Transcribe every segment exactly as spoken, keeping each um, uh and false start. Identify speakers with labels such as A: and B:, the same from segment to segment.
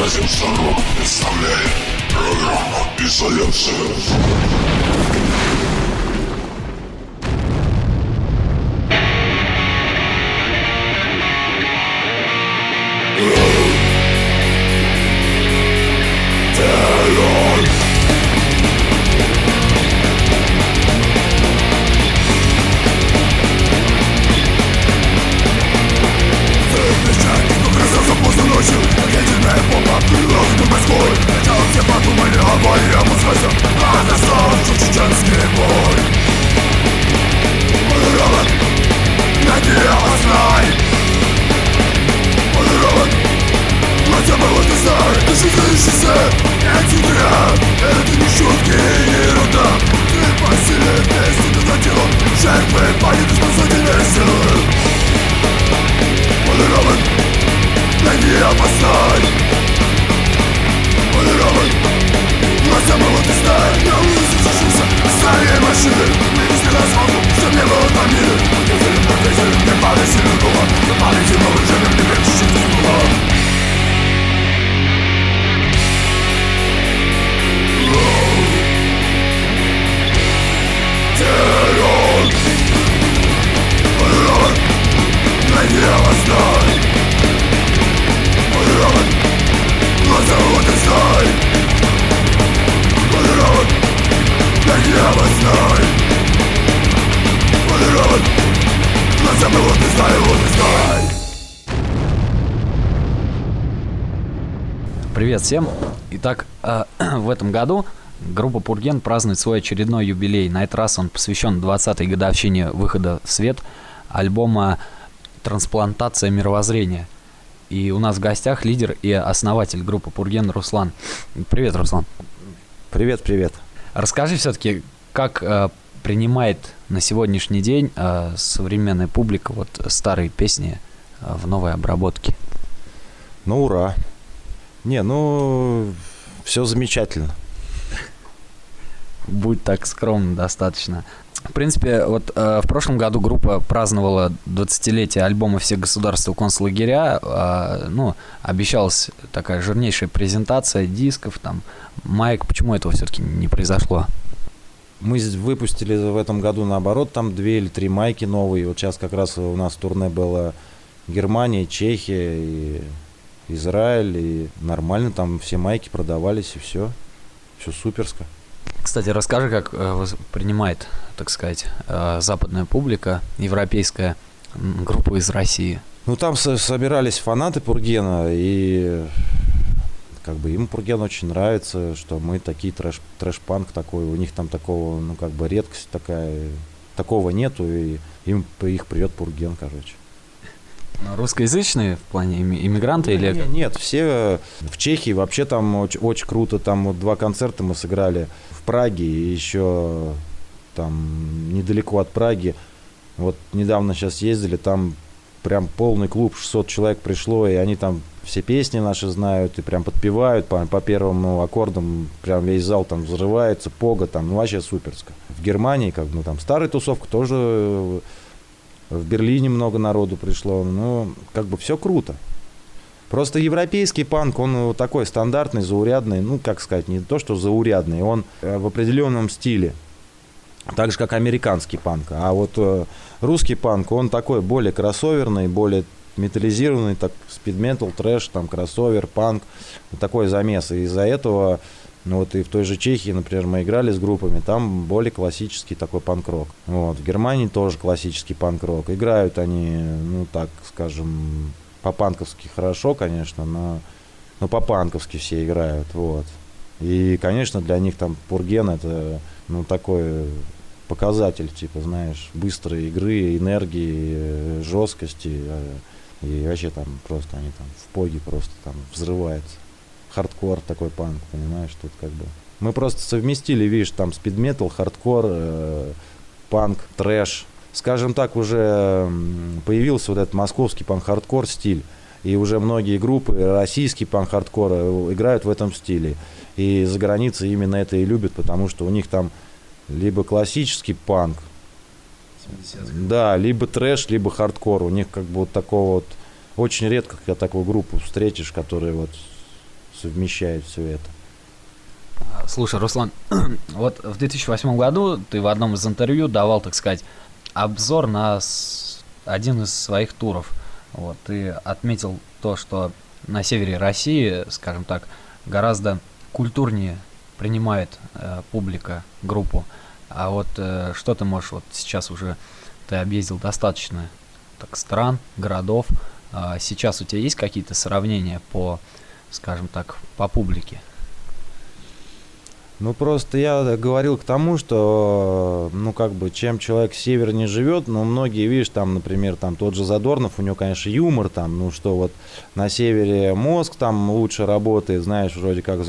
A: Радио Сорок представляет программу «Изоляция».
B: Привет всем! Итак, э, в этом году группа Пурген празднует свой очередной юбилей. На этот раз он посвящен двадцатой годовщине выхода в свет альбома «Трансплантация мировоззрения». И у нас в гостях лидер и основатель группы Пурген Руслан. Привет, Руслан.
C: Привет, привет.
B: Расскажи все-таки, как э, принимает на сегодняшний день э, современная публика вот старые песни э, в новой обработке?
C: Ну, ура. Не, ну, все замечательно.
B: Будь так скромно, достаточно. В принципе, вот э, в прошлом году группа праздновала двадцатилетие альбома «Все государства концлагеря». Э, ну, обещалась такая жирнейшая презентация дисков, там, майк. Почему этого все-таки не произошло?
C: Мы выпустили в этом году, наоборот, там две или три майки новые. Вот сейчас как раз у нас турне было Германия, Чехия и Израиль. И нормально там все майки продавались, и все. Все суперско.
B: Кстати, расскажи, как э, воспринимает, так сказать, э, западная публика, европейская группа из России?
C: Ну, там со- собирались фанаты Пургена, и как бы им Пурген очень нравится, что мы такие трэш, трэш-панк такой, у них там такого, ну, как бы редкость такая, такого нету, и им их придет Пурген, короче.
B: Русскоязычные в плане иммигранты
C: или...
B: или...
C: Нет, все в Чехии вообще там очень, очень круто, там вот два концерта мы сыграли в Праге и еще там недалеко от Праги. Вот недавно сейчас ездили, там прям полный клуб, шестьсот человек пришло, и они там все песни наши знают и прям подпевают по, по первым ну, аккордам, прям весь зал там взрывается, пога там, ну вообще суперско. В Германии, как ну там старая тусовка тоже... В Берлине много народу пришло, ну, как бы все круто. Просто европейский панк, он вот такой стандартный, заурядный, ну, как сказать, не то, что заурядный, он в определенном стиле, так же, как американский панк. А вот э, русский панк, он такой более кроссоверный, более металлизированный, так, спид-метал, трэш, там, кроссовер, панк, такой замес. И из-за этого... Ну вот и в той же Чехии, например, мы играли с группами, там более классический такой панк-рок. Вот, в Германии тоже классический панк-рок. Играют они, ну так скажем, по-панковски хорошо, конечно, но, но по-панковски все играют, вот. И, конечно, для них там Пурген это, ну, такой показатель, типа, знаешь, быстрой игры, энергии, жесткости. И вообще там просто они там в поге просто там взрываются. Хардкор такой панк, понимаешь, тут как бы. Мы просто совместили, видишь, там спид-метал, хардкор, э, панк, трэш. Скажем так, уже появился вот этот московский панк-хардкор стиль. И уже многие группы, российский панк-хардкор играют в этом стиле. И за границей именно это и любят, потому что у них там либо классический панк, да, либо трэш, либо хардкор. У них как бы вот такого вот... Очень редко, когда такую группу встретишь, которая вот совмещает все это.
B: Слушай, Руслан, вот в две тысячи восьмом году ты в одном из интервью давал, так сказать, обзор на с- один из своих туров. Вот, ты отметил то, что на севере России, скажем так, гораздо культурнее принимает э, публика группу. А вот э, что ты можешь, вот сейчас уже ты объездил достаточно так, стран, городов. А сейчас у тебя есть какие-то сравнения по, скажем так, по публике?
C: Ну, просто я говорил к тому, что, ну, как бы, чем человек севернее живет, но многие, видишь, там, например, там тот же Задорнов, у него, конечно, юмор там, ну, что вот на севере мозг там лучше работает, знаешь, вроде как,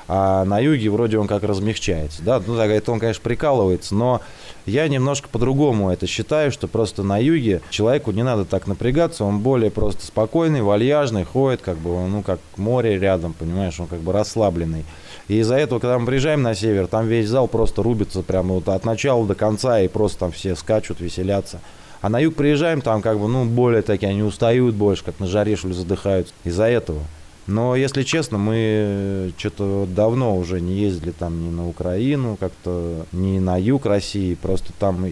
C: а на юге вроде он как размягчается, да, ну, так, это он, конечно, прикалывается, но я немножко по-другому это считаю, что просто на юге человеку не надо так напрягаться, он более просто спокойный, вальяжный, ходит, как бы, ну, как море рядом, понимаешь, он как бы расслабленный. И из-за этого, когда мы приезжаем на север, там весь зал просто рубится прямо вот от начала до конца, и просто там все скачут, веселятся. А на юг приезжаем, там как бы, ну, более такие, они устают больше, как на жаре, что ли, задыхаются из-за этого. Но, если честно, мы что-то давно уже не ездили там ни на Украину, как-то ни на юг России, просто там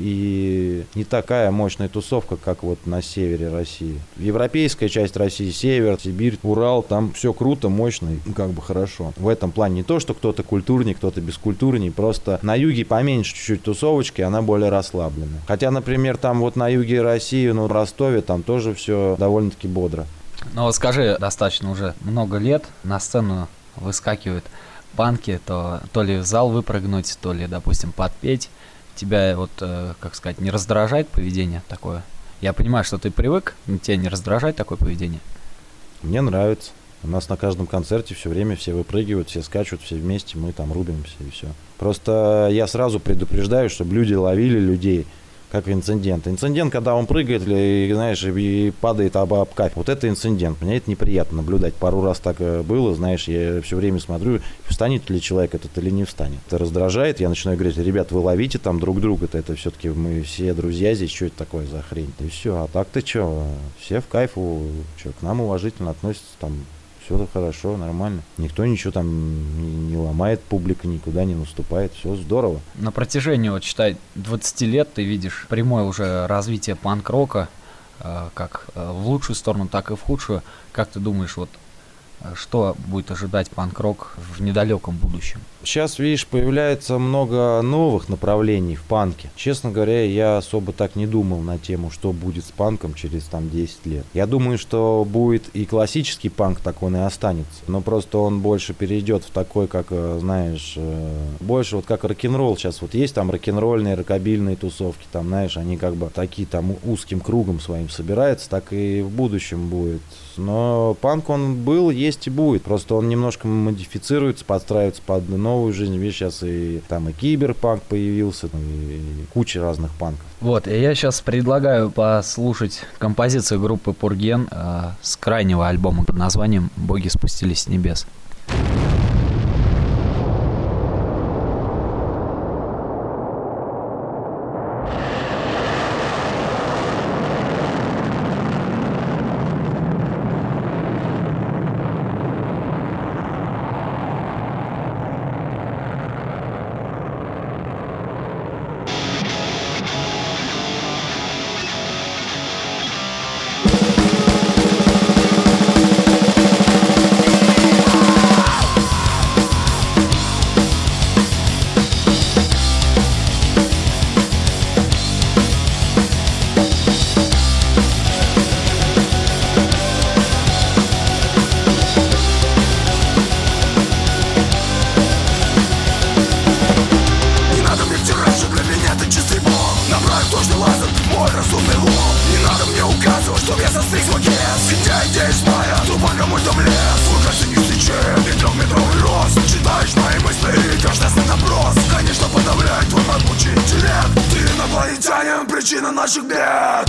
C: и не такая мощная тусовка, как вот на севере России. Европейская часть России, север, Сибирь, Урал, там все круто, мощно и как бы хорошо. В этом плане не то, что кто-то культурнее, кто-то бескультурнее, просто на юге поменьше чуть-чуть тусовочки, она более расслабленная. Хотя, например, там вот на юге России, ну, в Ростове, там тоже все довольно-таки бодро.
B: Ну вот скажи, достаточно уже много лет на сцену выскакивают панки, то, то ли в зал выпрыгнуть, то ли, допустим, подпеть. Тебя вот, э, как сказать, не раздражает поведение такое? Я понимаю, что ты привык, но тебя не раздражает такое поведение?
C: Мне нравится. У нас на каждом концерте все время все выпрыгивают, все скачут, все вместе, мы там рубимся и все. Просто я сразу предупреждаю, чтобы люди ловили людей, как инцидент. Инцидент, когда он прыгает, и, знаешь, и падает об, об кайф. Вот это инцидент. Мне это неприятно наблюдать. Пару раз так было, знаешь, я все время смотрю, встанет ли человек этот или не встанет. Это раздражает. Я начинаю говорить: ребят, вы ловите там друг друга. Это, это все-таки мы все друзья здесь, что это такое за хрень? И все. А так-то что? Все в кайфу. Что, к нам уважительно относятся, там все хорошо, нормально. Никто ничего там не, не ломает, публика никуда не наступает, все здорово.
B: На протяжении, вот считай, двадцати лет ты видишь прямое уже развитие панк-рока, э, как э, в лучшую сторону, так и в худшую. Как ты думаешь, вот э, что будет ожидать панк-рок в недалеком будущем?
C: Сейчас, видишь, появляется много новых направлений в панке. Честно говоря, я особо так не думал на тему, что будет с панком через там десять лет. Я думаю, что будет и классический панк, так он и останется. Но просто он больше перейдет в такой, как, знаешь, больше вот как рок-н-ролл сейчас. Вот есть там рок-н-ролльные, рокобильные тусовки, там, знаешь, они как бы такие там узким кругом своим собираются, так и в будущем будет. Но панк он был, есть и будет. Просто он немножко модифицируется, подстраивается под новую жизнь. Видишь, сейчас и там и киберпанк появился, и куча разных панков.
B: Вот, и я сейчас предлагаю послушать композицию группы Пурген э, с крайнего альбома под названием «Боги спустились с небес».
A: Причина наших бед.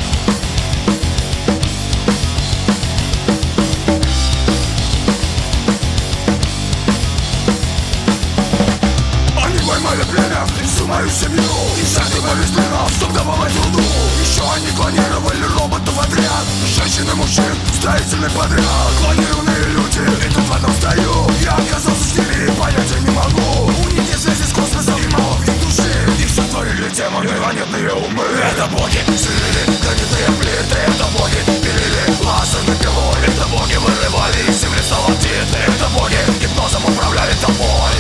A: Они поймали племя, всю мою семью, и всяких повезлинов, чтоб добывать руду. Еще они клонировали роботов в отряд, женщин и мужчин. строительный подряд, клонированные люди, и тут в одном стою. Я оказался с ними и понятия не могу. У них нет связи с космосом и мало в них души. Их сотворили демоны, планетные умы. Это боги, ширили гранитные плиты. Это боги, пилили лазерной пилой. Это боги вырывали из земли сталактиты. Это боги гипнозом управляли тобой.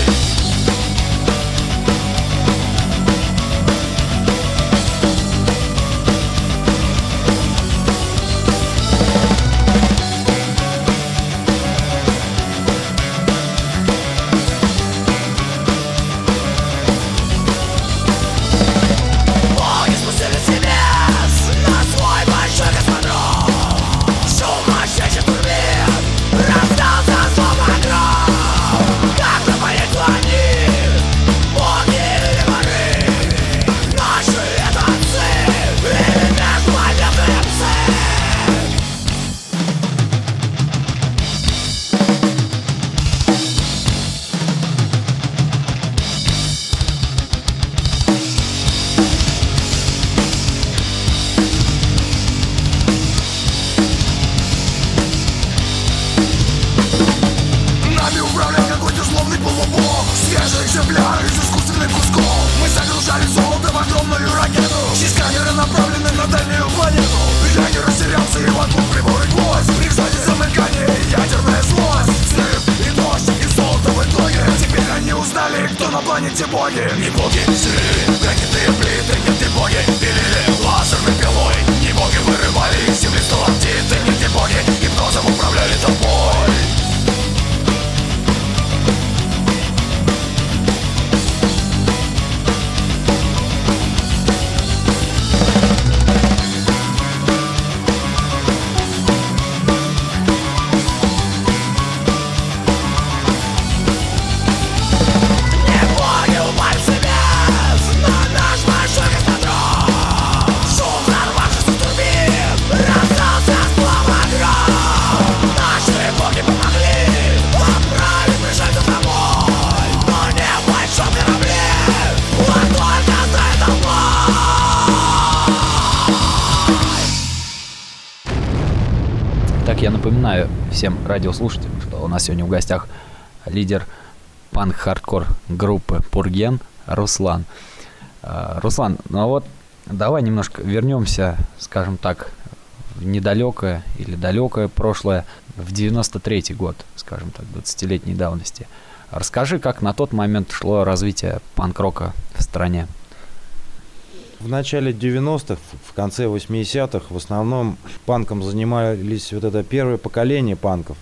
A: Планете боги, не боги, ширили гранитные плиты. Нет, не боги, пилили лазерной пилой. Не боги вырывали из земли сталактиты. Нет, не боги, гипнозом управляли тобой.
B: Я напоминаю всем радиослушателям, что у нас сегодня в гостях лидер панк-хардкор группы Пурген Руслан. Руслан, ну вот давай немножко вернемся, скажем так, в недалекое или далекое прошлое, в девяносто третий год, скажем так, двадцатилетней давности. Расскажи, как на тот момент шло развитие панк-рока в стране.
C: В начале девяностых, в конце восьмидесятых в основном панком занимались вот это первое поколение панков.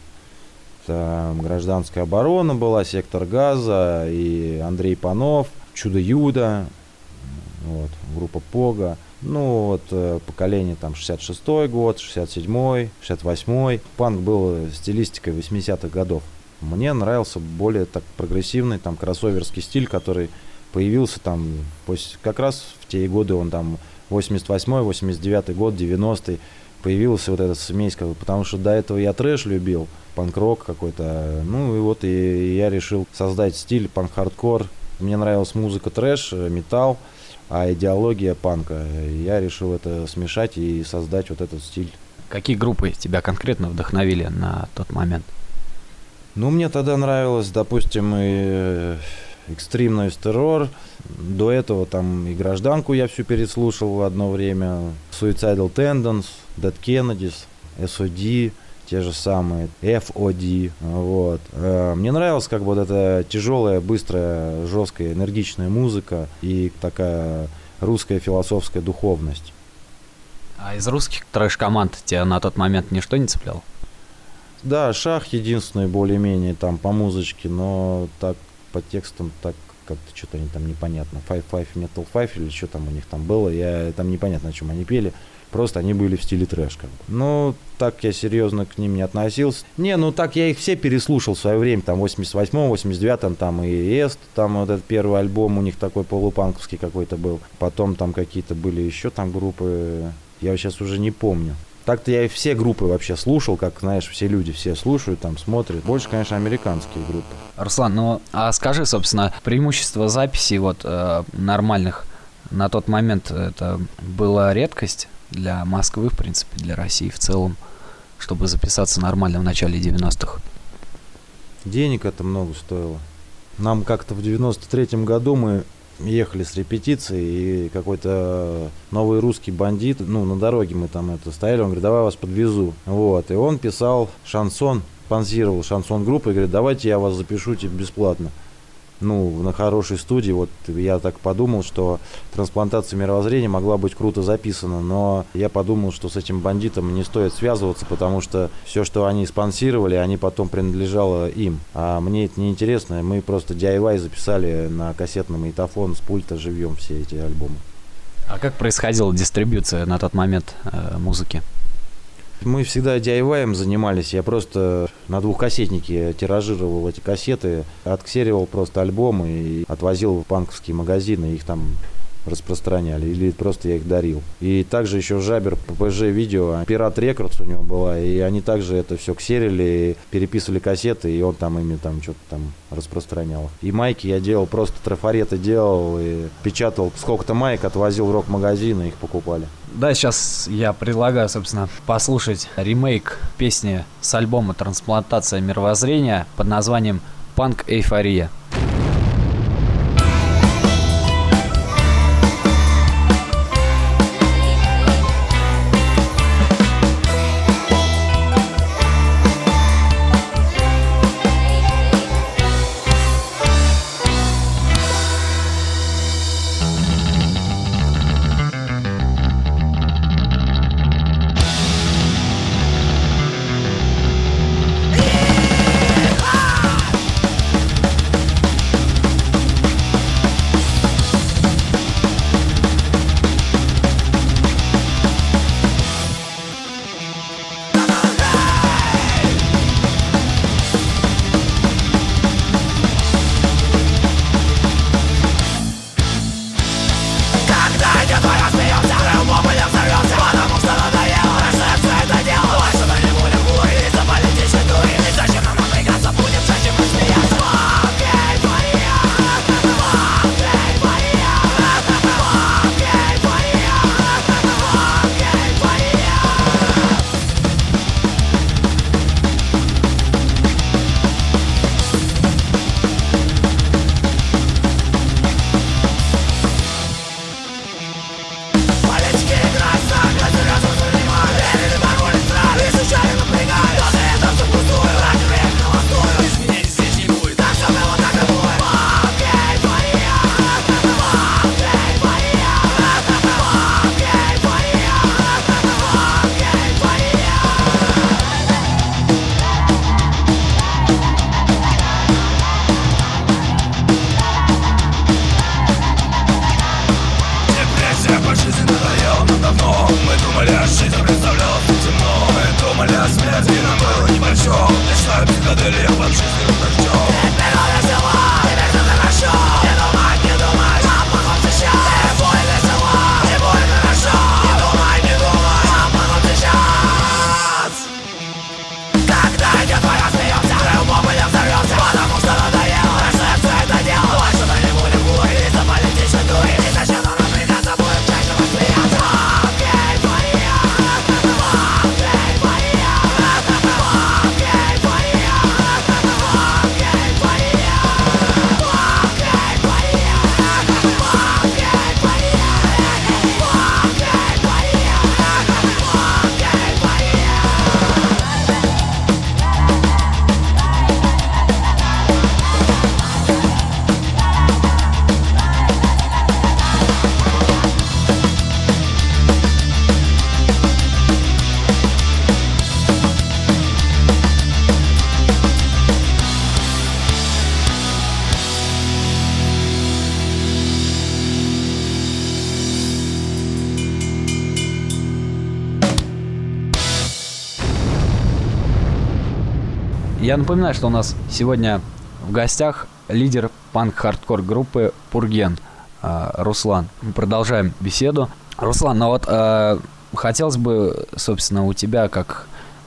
C: Там Гражданская оборона была, Сектор Газа и Андрей Панов, Чудо-Юдо, вот, группа Пога. Ну вот поколение там шестьдесят шестой год, шестьдесят седьмой, шестьдесят восьмой. Панк был стилистикой восьмидесятых годов. Мне нравился более так прогрессивный, там кроссоверский стиль, который появился там как раз в те годы, он там восемьдесят восьмой, восемьдесят девятый год, девяностый, появился вот этот смесь, потому что до этого я трэш любил, панк-рок какой-то, ну и вот и я решил создать стиль панк-хардкор. Мне нравилась музыка трэш, металл, а идеология панка. Я решил это смешать и создать вот этот стиль.
B: Какие группы тебя конкретно вдохновили на тот момент?
C: Ну, мне тогда нравилось, допустим, и Extreme Noise Terror. До этого там и Гражданку я всю переслушал в одно время. Suicidal Tendencies, Dead Kennedys, эс о ди, те же самые, эф о ди. Вот. Мне нравилась как бы вот эта тяжелая, быстрая, жесткая, энергичная музыка и такая русская философская духовность.
B: А из русских трэш-команд тебя на тот момент ничто не цепляло?
C: Да, Шах единственный более-менее там по музычке, но так по текстам так как-то что-то они там непонятно. Five Five Metal Five или что там у них там было, я там непонятно, о чем они пели. Просто они были в стиле трэш как бы. Ну, так я серьезно к ним не относился. Не, ну так я их все переслушал в свое время, там в восемьдесят восьмом, восемьдесят девятом, там и Эст, там вот этот первый альбом у них такой полупанковский какой-то был. Потом там какие-то были еще там группы, я сейчас уже не помню. Так-то я и все группы вообще слушал, как, знаешь, все люди все слушают, там смотрят. Больше, конечно, американские группы.
B: Руслан, ну а скажи, собственно, преимущество записи вот э, нормальных на тот момент это была редкость для Москвы, в принципе, для России в целом. чтобы записаться нормально в начале девяностых?
C: Денег это много стоило. Нам как-то в девяносто третьем году мы ехали с репетицией, и какой-то новый русский бандит, ну, на дороге мы там это стояли, он говорит, давай я вас подвезу. Вот, и он писал шансон, спонсировал шансон-группу и говорит, давайте я вас запишу типа бесплатно. Ну, на хорошей студии, вот я так подумал, что трансплантация мировоззрения могла быть круто записана, но я подумал, что с этим бандитом не стоит связываться, потому что все, что они спонсировали, они потом принадлежало им, а мне это не интересно, мы просто ди ай вай записали на кассетный магнитофон с пульта живьем все эти альбомы.
B: А как происходила дистрибьюция на тот момент э, музыки?
C: Мы всегда ди ай вай-ем занимались, я просто на двухкассетнике тиражировал эти кассеты, отксеривал просто альбомы и отвозил в панковские магазины, их там распространяли, или просто я их дарил. И также еще Жабер, пэ пэ жэ видео, Пират Рекордс у него была, и они также это все ксерили, переписывали кассеты, и он там ими там что-то там распространял. И майки я делал, просто трафареты делал, и печатал сколько-то майк, отвозил в рок-магазин, и их покупали.
B: Да, сейчас я предлагаю, собственно, послушать ремейк песни с альбома «Трансплантация мировоззрения» под названием «Панк Эйфория». Я напоминаю, что у нас сегодня в гостях лидер панк-хардкор группы «Пурген» Руслан. Мы продолжаем беседу. Руслан, ну вот э, хотелось бы, собственно, у тебя, как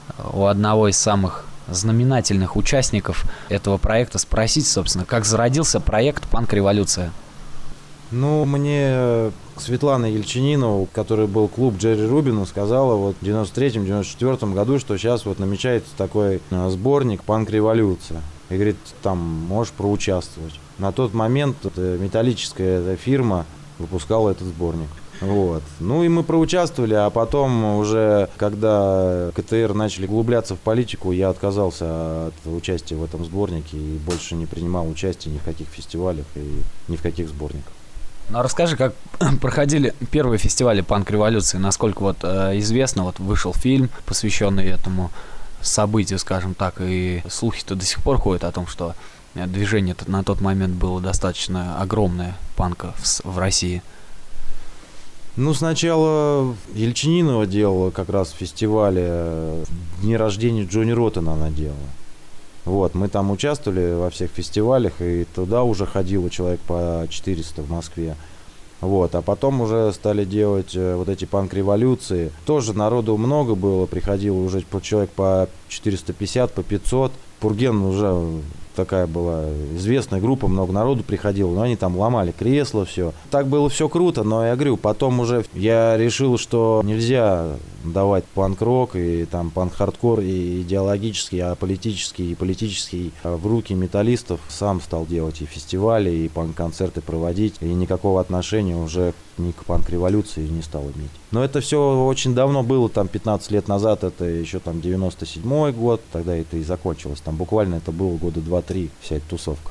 B: у одного из самых знаменательных участников этого проекта, спросить, собственно, как зародился проект «Панк Революция».
C: Ну, мне Светлана Ельчининова, который был клуб Джерри Рубина, сказала вот в девяносто третьем — девяносто четвёртом году, что сейчас вот намечается такой сборник «Панк-революция». И говорит, там можешь проучаствовать. На тот момент металлическая эта фирма выпускала этот сборник. Вот. Ну и мы проучаствовали, а потом уже, когда КТР начали углубляться в политику, я отказался от участия в этом сборнике и больше не принимал участие ни в каких фестивалях и ни в каких сборниках.
B: Ну а расскажи, как проходили первые фестивали панк-революции, насколько вот э, известно, вот вышел фильм, посвященный этому событию, скажем так, и слухи-то до сих пор ходят о том, что движение на тот момент было достаточно огромное панка в, в России.
C: Ну, сначала Ельчининова делала как раз в фестивале, дни рождения Джонни Роттена она делала. Вот, мы там участвовали во всех фестивалях, и туда уже ходило человек по четыреста в Москве. Вот, а потом уже стали делать вот эти панк-революции. Тоже народу много было, приходило уже человек по четыреста пятьдесят, по пятьсот. Пурген уже такая была известная группа, много народу приходило, но они там ломали кресла, все. Так было все круто, но я говорю, потом уже я решил, что нельзя давать панк-рок и там панк-хардкор и идеологический, а политический и политический в руки металлистов. Сам стал делать и фестивали, и панк-концерты проводить, и никакого отношения уже ни к панк-революции не стал иметь. Но это все очень давно было, там пятнадцать лет назад, это еще там девяносто седьмой год, тогда это и закончилось. Там буквально это было года два-три, вся эта тусовка.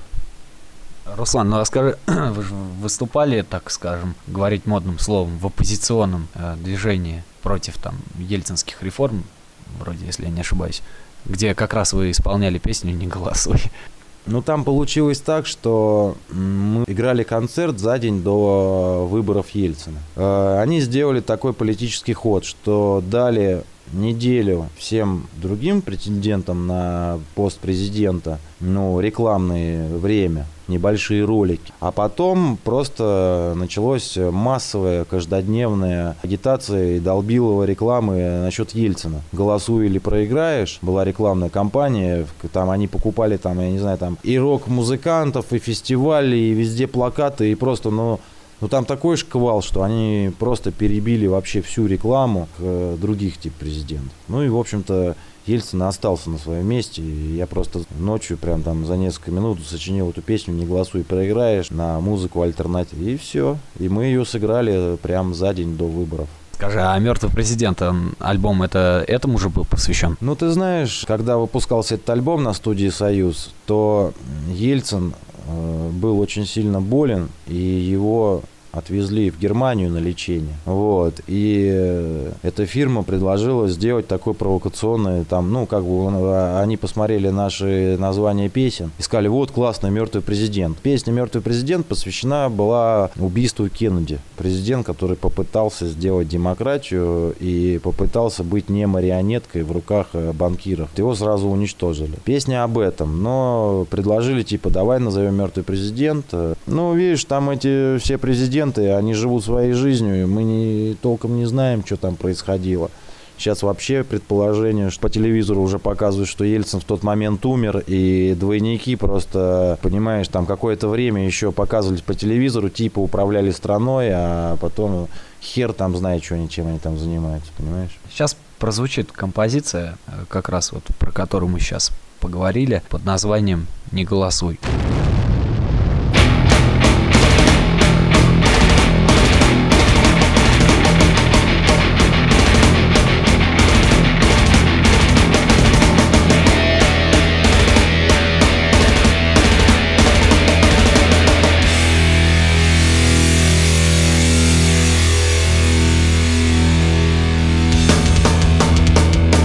B: Руслан, ну расскажи, вы же выступали, так скажем, говорить модным словом, в оппозиционном э, движении против там ельцинских реформ, вроде, если я не ошибаюсь, где как раз вы исполняли песню «Не голосуй».
C: Ну, там получилось так, что мы играли концерт за день до выборов Ельцина. Они сделали такой политический ход, что дали неделю всем другим претендентам на пост президента, ну, рекламное время, небольшие ролики. А потом просто началась массовая каждодневная агитация и долбилова рекламы насчет Ельцина. «Голосуй или проиграешь». Была рекламная кампания, там они покупали, там, я не знаю, там и рок-музыкантов, и фестивали, и везде плакаты, и просто, ну, Ну, там такой шквал, что они просто перебили вообще всю рекламу э, других тип президентов. Ну и, в общем-то, Ельцин остался на своем месте. И я просто ночью, прям там за несколько минут сочинил эту песню «Не голосуй, проиграешь» на музыку альтернатив. И все. И мы ее сыграли прям за день до выборов.
B: Скажи, а «Мертвый президент», он, альбом это, этому же был посвящен?
C: Ну, ты знаешь, когда выпускался этот альбом на студии «Союз», то Ельцин э, был очень сильно болен, и его отвезли в Германию на лечение. Вот. И эта фирма предложила сделать такой провокационный, там, ну, как бы они посмотрели наши названия песен и сказали, вот, классный «Мертвый президент». Песня «Мертвый президент» посвящена была убийству Кеннеди. Президент, который попытался сделать демократию и попытался быть не марионеткой в руках банкиров. Его сразу уничтожили. Песня об этом. Но предложили, типа, давай назовем «Мертвый президент». Ну, видишь, там эти все президенты, они живут своей жизнью, мы не, толком не знаем, что там происходило. Сейчас вообще предположение, что по телевизору уже показывают, что Ельцин в тот момент умер, и двойники просто, понимаешь, там какое-то время еще показывались по телевизору, типа управляли страной, а потом хер там знает, что они, чем они там занимаются, понимаешь?
B: Сейчас прозвучит композиция, как раз вот про которую мы сейчас поговорили, под названием «Не голосуй».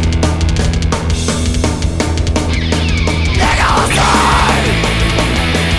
A: Не голосуй!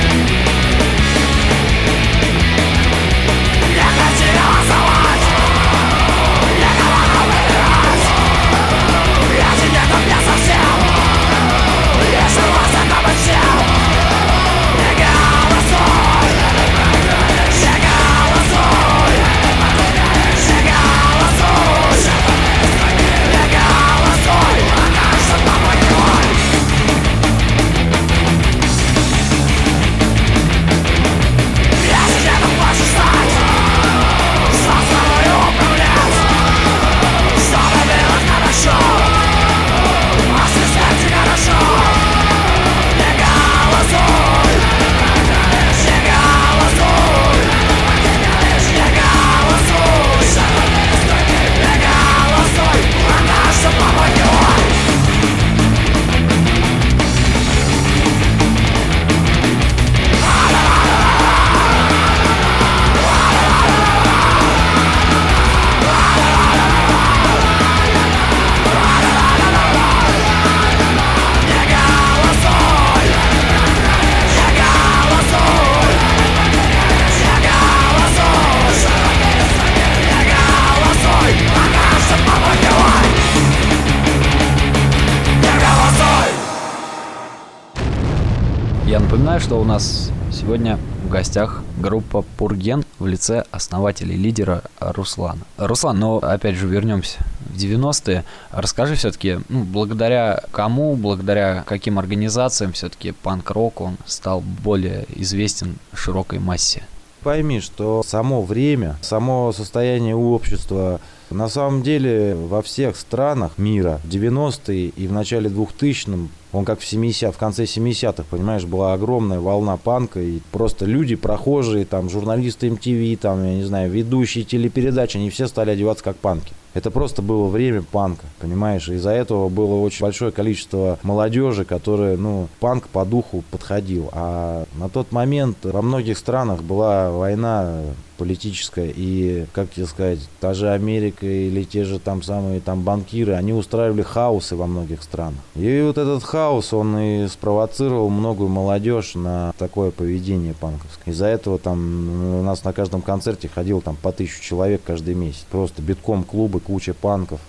B: Я напоминаю, что у нас сегодня в гостях группа «Пурген» в лице основателя и лидера Руслана. Руслан, ну опять же вернемся в девяностые. Расскажи все-таки, ну, благодаря кому, благодаря каким организациям все-таки панк-рок он стал более известен широкой массе?
C: Пойми, что само время, само состояние общества, на самом деле во всех странах мира в девяностые и в начале двухтысячных, он как в семидесятых, в конце семидесятых, понимаешь, была огромная волна панка, и просто люди, прохожие, там, журналисты эм ти ви, там, я не знаю, ведущие телепередачи, они все стали одеваться как панки. Это просто было время панка, понимаешь, из-за этого было очень большое количество молодежи, которая, ну, панк по духу подходил. А на тот момент во многих странах была война политическая, и, как тебе сказать, та же Америка или те же там самые там банкиры, они устраивали хаосы во многих странах. И вот этот хаос, он и спровоцировал многую молодежь на такое поведение панковское. Из-за этого там у нас на каждом концерте ходило там по тысячу человек каждый месяц. Просто битком клубы, куча панков.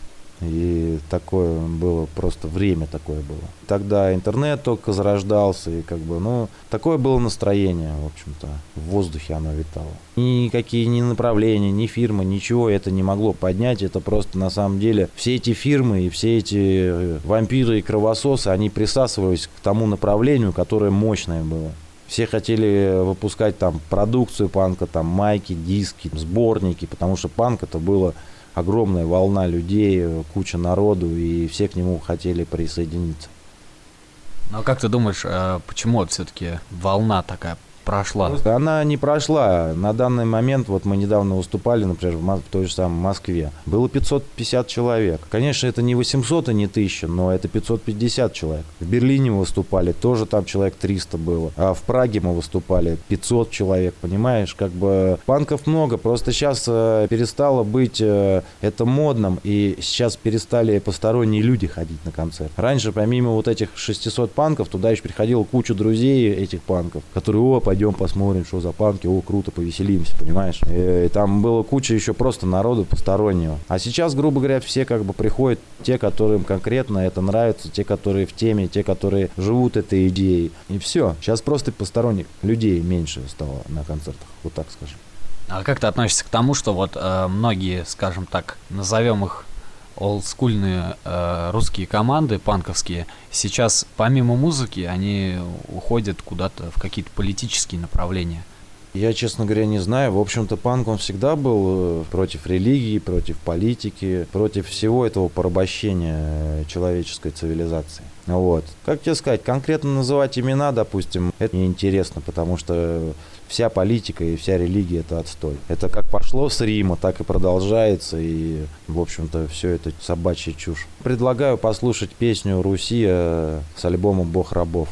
C: И такое было, просто время такое было. Тогда интернет только зарождался, и как бы, ну, такое было настроение, в общем-то, в воздухе оно витало. Никакие ни направления, ни фирмы, ничего это не могло поднять, это просто на самом деле все эти фирмы и все эти вампиры и кровососы, они присасывались к тому направлению, которое мощное было. Все хотели выпускать там продукцию панка, там майки, диски, сборники, потому что панк это было... огромная волна людей, куча народу, и все к нему хотели присоединиться.
B: Ну а как ты думаешь, почему вот все-таки волна такая прошла?
C: Она не прошла. На данный момент, вот мы недавно выступали, например, в, в той же самой Москве. Было пятьсот пятьдесят человек. Конечно, это не восемьсот и не тысяча, но это пятьсот пятьдесят человек. В Берлине мы выступали, тоже там человек триста было. А в Праге мы выступали, пятьсот человек, понимаешь? Как бы панков много, просто сейчас э, перестало быть э, это модным, и сейчас перестали посторонние люди ходить на концерт. Раньше, помимо вот этих шестисот панков, туда еще приходила куча друзей этих панков, которые, о, пойдем посмотрим, что за панки, о, круто, повеселимся, понимаешь? И, и там было куча еще просто народу постороннего. А сейчас, грубо говоря, все как бы приходят, те, которым конкретно это нравится, те, которые в теме, те, которые живут этой идеей. И все. Сейчас просто посторонних людей меньше стало на концертах, вот так скажем.
B: А как ты относишься к тому, что вот э, многие, скажем так, назовем их олдскульные э, русские команды панковские, сейчас помимо музыки они уходят куда-то в какие-то политические направления?
C: Я, честно говоря, не знаю. В общем-то, панк, он всегда был против религии, против политики, против всего этого порабощения человеческой цивилизации. Вот. Как тебе сказать, конкретно называть имена, допустим, это неинтересно, потому что вся политика и вся религия – это отстой. Это как пошло с Рима, так и продолжается, и, в общем-то, все это собачья чушь. Предлагаю послушать песню Руси с альбома «Бог рабов».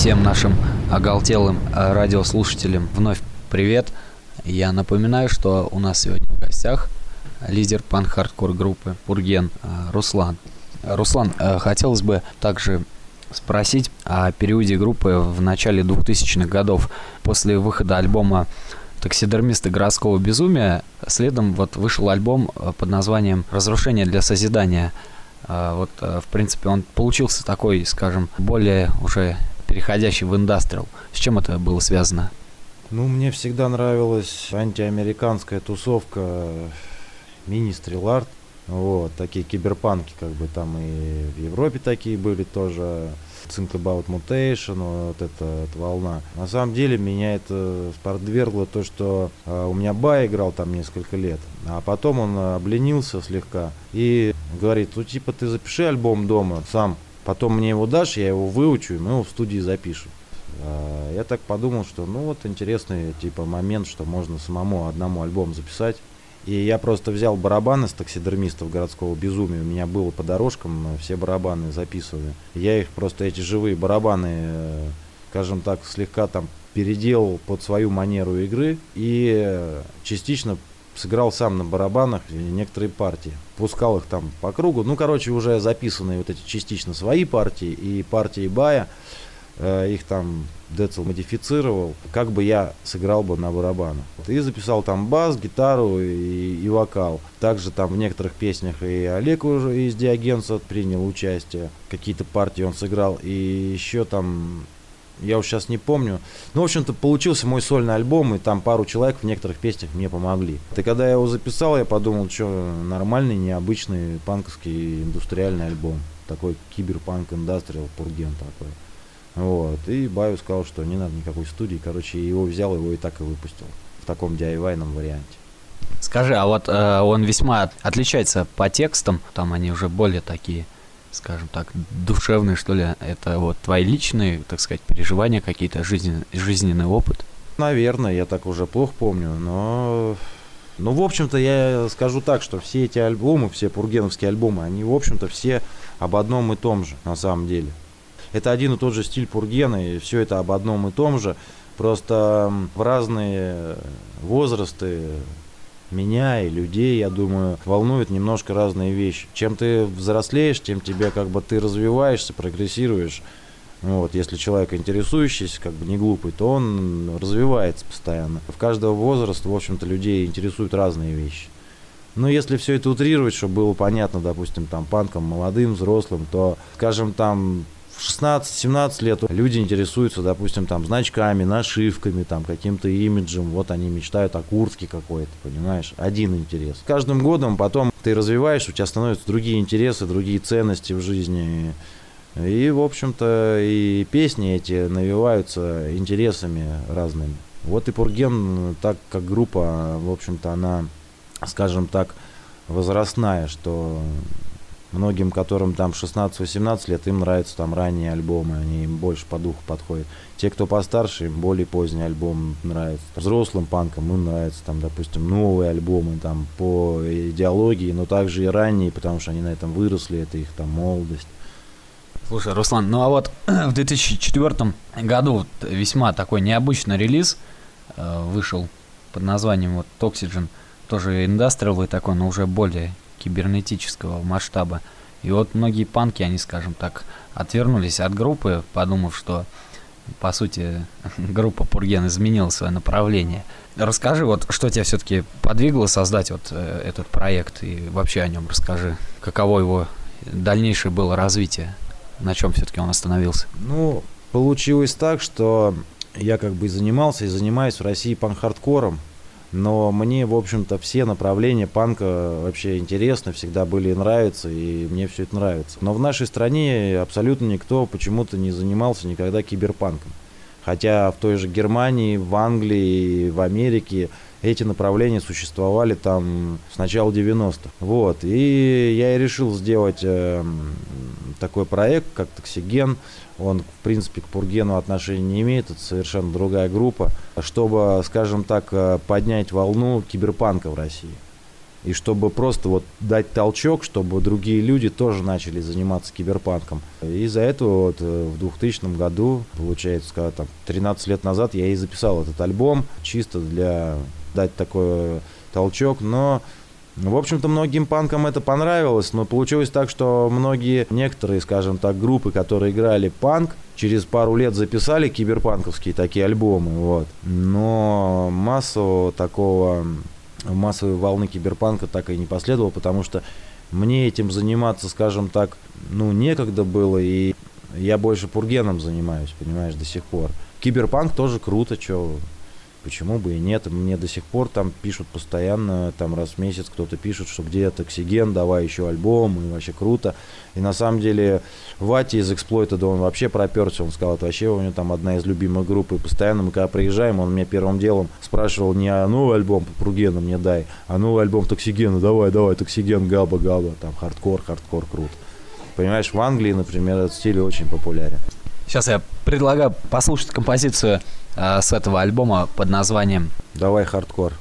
B: Всем нашим оголтелым радиослушателям вновь привет. Я напоминаю, что у нас сегодня в гостях лидер панк-хардкор группы Пурген Руслан. Руслан, хотелось бы также спросить о периоде группы в начале двухтысячных годов. После выхода альбома «Таксидермисты городского безумия» следом вот вышел альбом под названием «Разрушение для созидания». Вот, в принципе, он получился такой, скажем, более уже переходящий в индастриал. С чем это было связано?
C: Ну, мне всегда нравилась антиамериканская тусовка Ministry Art. Вот, такие киберпанки, как бы там и в Европе такие были тоже. Think About Mutation, вот эта, эта волна. На самом деле меня это сподвергло то, что э, у меня Бай играл там несколько лет, а потом он обленился слегка и говорит, ну типа ты запиши альбом дома сам, потом мне его дашь, я его выучу, и мы его в студии запишем. А, я так подумал, что ну вот интересный типа момент, что можно самому одному альбом записать. И я просто взял барабаны с таксидермистов городского безумия. У меня было по дорожкам, все барабаны записывали. Я их просто, эти живые барабаны, скажем так, слегка там переделал под свою манеру игры. И частично сыграл сам на барабанах некоторые партии. Пускал их там по кругу. Ну, короче, уже записанные вот эти частично свои партии и партии Бая. Их там Децл модифицировал, как бы я сыграл бы на барабанах. И записал там бас, гитару и, и вокал. Также там в некоторых песнях и Олег уже из Диогенса принял участие. Какие-то партии он сыграл. И еще там, я уж сейчас не помню. Ну, в общем-то, получился мой сольный альбом, и там пару человек в некоторых песнях мне помогли. И когда я его записал, я подумал, что нормальный, необычный панковский индустриальный альбом. Такой киберпанк индастриал, Пурген такой. Вот, и Баю сказал, что не надо никакой студии, короче, его взял, его и так и выпустил в таком ди ай вай-ном варианте.
B: Скажи, а вот э, он весьма отличается по текстам, там они уже более такие, скажем так, душевные, что ли, это вот твои личные, так сказать, переживания какие-то, жизнен, жизненный опыт?
C: Наверное, я так уже плохо помню, но... Ну, в общем-то, я скажу так, что все эти альбомы, все пургеновские альбомы, они, в общем-то, все об одном и том же, на самом деле. Это один и тот же стиль Пургена, и все это об одном и том же. Просто в разные возрасты меня и людей, я думаю, волнуют немножко разные вещи. Чем ты взрослеешь, тем тебе как бы ты развиваешься, прогрессируешь. Вот, если человек интересующийся, как бы не глупый, то он развивается постоянно. В каждого возраста, в общем-то, людей интересуют разные вещи. Но если все это утрировать, чтобы было понятно, допустим, там, панкам, молодым, взрослым, то, скажем, там, в шестнадцать-семнадцать лет люди интересуются, допустим, там, значками, нашивками, там, каким-то имиджем. Вот они мечтают о куртке какой-то, понимаешь? Один интерес. С каждым годом потом ты развиваешься, у тебя становятся другие интересы, другие ценности в жизни. И, в общем-то, и песни эти навеваются интересами разными. Вот и Пурген, так как группа, в общем-то, она, скажем так, возрастная, что... Многим, которым там шестнадцать-восемнадцать лет, им нравятся там ранние альбомы, они им больше по духу подходят. Те, кто постарше, им более поздний альбом нравится. Взрослым панкам им нравятся там, допустим, новые альбомы там по идеологии, но также и ранние, потому что они на этом выросли, это их там молодость.
B: Слушай, Руслан, ну а вот в две тысячи четвёртом году весьма такой необычный релиз э, вышел под названием вот Toxygen, тоже индастриаловый такой, но уже более кибернетического масштаба. И вот многие панки, они, скажем так, отвернулись от группы, подумав, что, по сути, группа Пурген изменила свое направление. Расскажи, вот, что тебя все-таки подвигло создать вот э, этот проект, и вообще о нем расскажи. Каково его дальнейшее было развитие, на чем все-таки он остановился?
C: Ну, получилось так, что я как бы и занимался, и занимаюсь в России панк-хардкором. Но мне, в общем-то, все направления панка вообще интересны, всегда были и нравятся, и мне все это нравится. Но в нашей стране абсолютно никто почему-то не занимался никогда киберпанком. Хотя в той же Германии, в Англии, в Америке эти направления существовали там с начала девяностых. Вот. И я и решил сделать э, такой проект, как Токсиген. Он, в принципе, к Пургену отношения не имеет, это совершенно другая группа, чтобы, скажем так, поднять волну киберпанка в России. и чтобы просто вот дать толчок, чтобы другие люди тоже начали заниматься киберпанком. И из-за этого вот в двухтысячном году, получается, когда там тринадцать лет назад я и записал этот альбом, чисто для дать такой толчок, но в общем-то, многим панкам это понравилось, но получилось так, что многие, некоторые, скажем так, группы, которые играли панк, через пару лет записали киберпанковские такие альбомы, вот. Но массового такого, массовой волны киберпанка так и не последовало, потому что мне этим заниматься, скажем так, ну, некогда было, и я больше пургеном занимаюсь, понимаешь, до сих пор. Киберпанк тоже круто, чё... Почему бы и нет? Мне до сих пор там пишут постоянно, там раз в месяц кто-то пишет, что где Токсиген, давай еще альбом, и вообще круто. И на самом деле Вати из Exploited, он вообще проперся, он сказал, это вообще у него там одна из любимых групп, и постоянно мы когда приезжаем, он мне первым делом спрашивал не а новый альбом по Пургену мне дай, а новый альбом Токсигена, давай, давай, Токсиген, габа-габа, там хардкор, хардкор круто. Понимаешь, в Англии, например, этот стиль очень популярен.
B: Сейчас я предлагаю послушать композицию э, с этого альбома под названием
C: «Давай хардкор».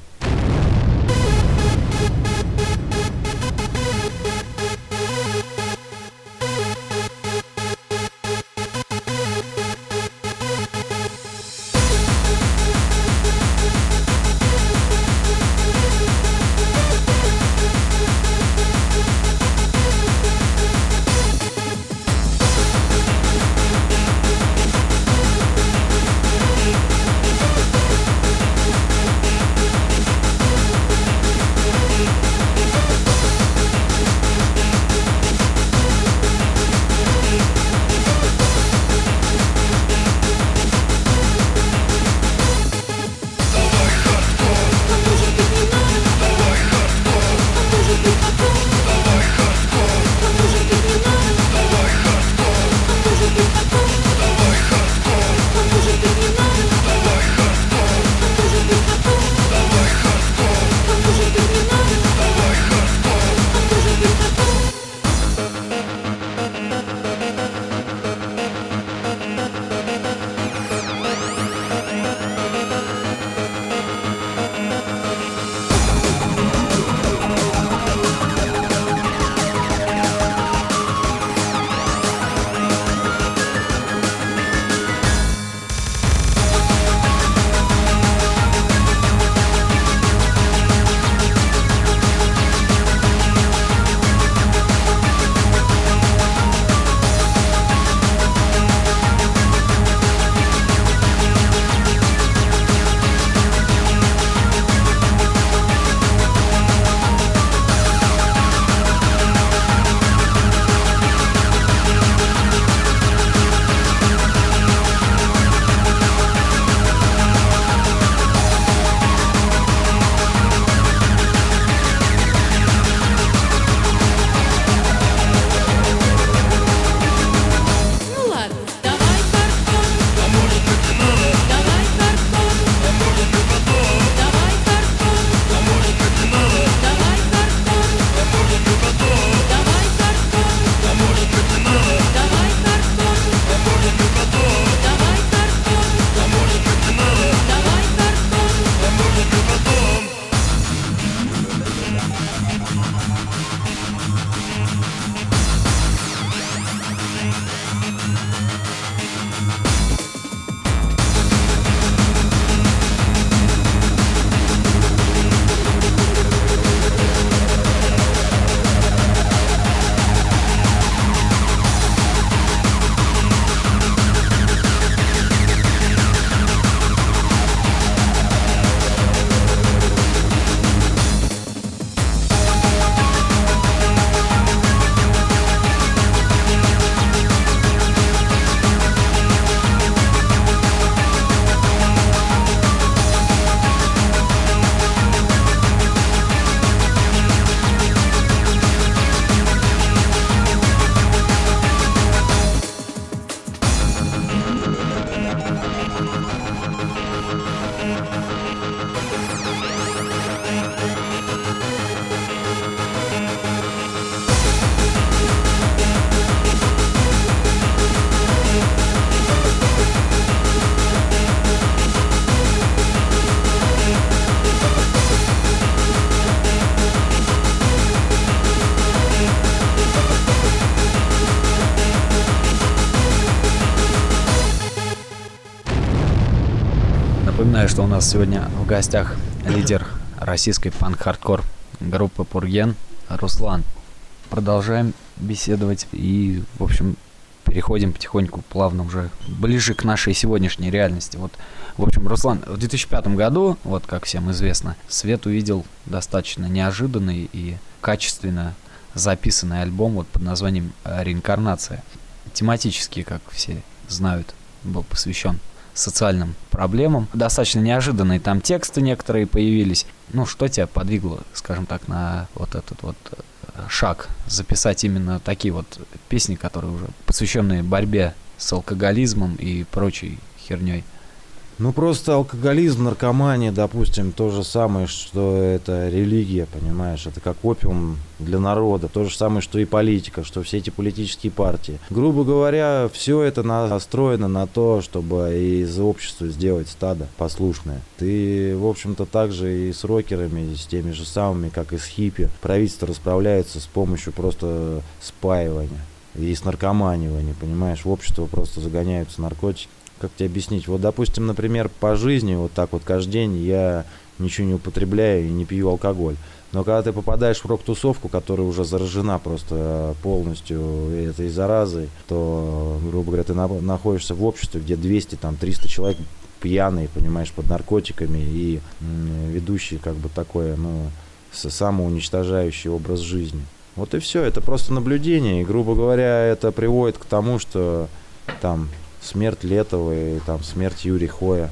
B: Напоминаю, что у нас сегодня в гостях лидер российской панк-хардкор группы Пурген Руслан. Продолжаем беседовать и, в общем, переходим потихоньку, плавно уже ближе к нашей сегодняшней реальности. Вот, в общем, Руслан, в две тысячи пятом году, вот как всем известно, свет увидел достаточно неожиданный и качественно записанный альбом вот под названием «Реинкарнация». Тематически, как все знают, был посвящен социальным проблемам. Достаточно неожиданные там тексты некоторые появились. Ну, что тебя подвигло, скажем так, на вот этот вот шаг записать именно такие вот песни, которые уже посвященные борьбе с алкоголизмом и прочей херней?
C: Ну, просто алкоголизм, наркомания, допустим, то же самое, что это религия, понимаешь? Это как опиум для народа. То же самое, что и политика, что все эти политические партии. Грубо говоря, все это настроено на то, чтобы из общества сделать стадо послушное. Ты, в общем-то, так же и с рокерами, с теми же самыми, как и с хиппи. Правительство расправляется с помощью просто спаивания и с наркоманивания, понимаешь? В общество просто загоняются наркотики. Как тебе объяснить? Вот, допустим, например, по жизни, вот так вот каждый день я ничего не употребляю и не пью алкоголь. Но когда ты попадаешь в рок-тусовку, которая уже заражена просто полностью этой заразой, то, грубо говоря, ты на- находишься в обществе, где двести, там, триста человек пьяные, понимаешь, под наркотиками и м- ведущие, как бы, такое, ну, самоуничтожающий образ жизни. Вот и все, это просто наблюдение, и, грубо говоря, это приводит к тому, что там смерть Летова и там смерть Юрия Хоя.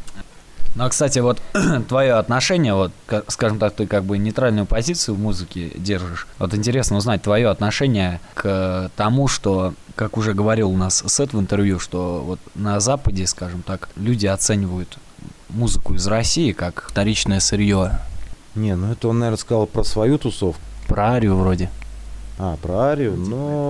B: Ну, а, кстати, вот твое отношение, вот, как, скажем так, ты как бы нейтральную позицию в музыке держишь. Вот интересно узнать твое отношение к тому, что, как уже говорил у нас Сет в интервью, что вот на Западе, скажем так, люди оценивают музыку из России как вторичное сырье.
C: Не, ну это он, наверное, сказал про свою тусовку.
B: Про Арию вроде.
C: А, про Арию,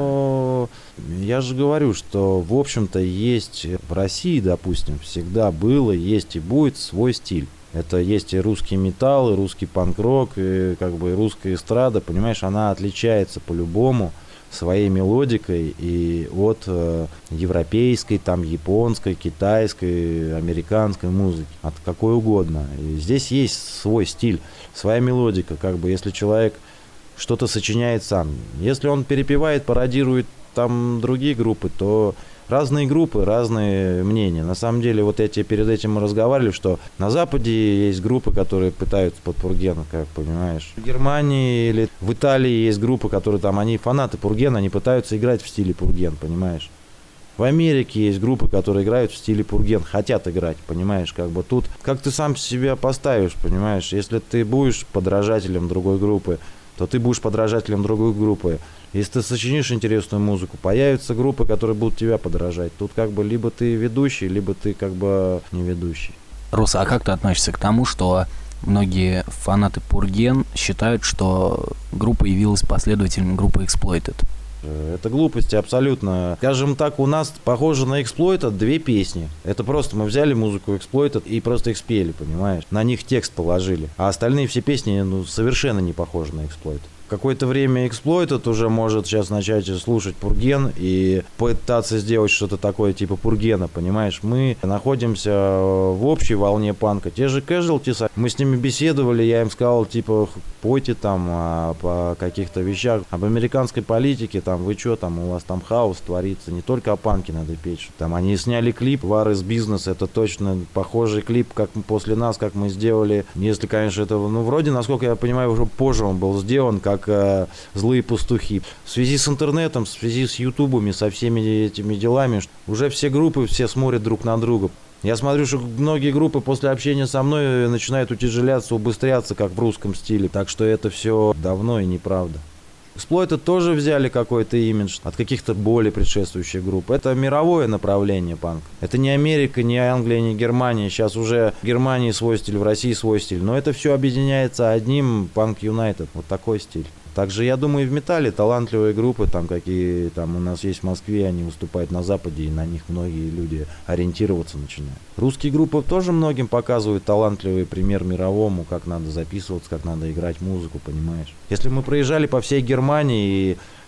C: но я же говорю, что, в общем-то, есть в России, допустим, всегда было, есть и будет свой стиль. Это есть и русский металл, и русский панк-рок, и как бы и русская эстрада, понимаешь, она отличается по-любому своей мелодикой и от э, европейской, там, японской, китайской, американской музыки, от какой угодно. И здесь есть свой стиль, своя мелодика, как бы, если человек что-то сочиняет сам. Если он перепевает, пародирует там другие группы, то разные группы, разные мнения. На самом деле, вот я тебе перед этим мы разговаривали, что на Западе есть группы, которые пытаются под Пурген, как понимаешь. В Германии или в Италии есть группы, которые там, они фанаты Пургена, они пытаются играть в стиле Пурген, понимаешь. В Америке есть группы, которые играют в стиле Пурген, хотят играть, понимаешь, как бы тут, как ты сам себя поставишь, понимаешь, если ты будешь подражателем другой группы, то ты будешь подражателем другой группы. Если ты сочинишь интересную музыку, появятся группы, которые будут тебя подражать. Тут как бы либо ты ведущий, либо ты как бы не ведущий.
D: Рус, а как ты относишься к тому, что многие фанаты Пурген считают, что группа явилась последователем группы Exploited?
C: Это глупости абсолютно. Скажем так, у нас похоже на Exploited две песни. Это просто мы взяли музыку Exploited и просто их спели, понимаешь? На них текст положили. А остальные все песни, ну, совершенно не похожи на Exploited. Какое-то время Exploited уже может сейчас начать слушать Пурген и пытаться сделать что-то такое типа Пургена, понимаешь? Мы находимся в общей волне панка. Те же Casualties, мы с ними беседовали, я им сказал, типа, пойте там а, по каких-то вещах, об американской политике, там, вы что, там, у вас там хаос творится, не только о панке надо петь. Там они сняли клип «War is Business», это точно похожий клип, как после нас, как мы сделали, если, конечно, это, ну, вроде, насколько я понимаю, уже позже он был сделан, как э, «Злые пастухи». В связи с интернетом, в связи с ютубами, со всеми этими делами, уже все группы, все смотрят друг на друга. Я смотрю, что многие группы после общения со мной начинают утяжеляться, убыстряться, как в русском стиле. Так что это все давно и неправда. Exploited тоже взяли какой-то имидж от каких-то более предшествующих групп. Это мировое направление панк. Это не Америка, не Англия, не Германия. Сейчас уже в Германии свой стиль, в России свой стиль. Но это все объединяется одним, Punk United. Вот такой стиль. Также, я думаю, и в металле талантливые группы, там какие там у нас есть в Москве, они выступают на Западе, и на них многие люди ориентироваться начинают. Русские группы тоже многим показывают талантливый пример мировому, как надо записываться, как надо играть музыку, понимаешь. Если мы проезжали по всей Германии и в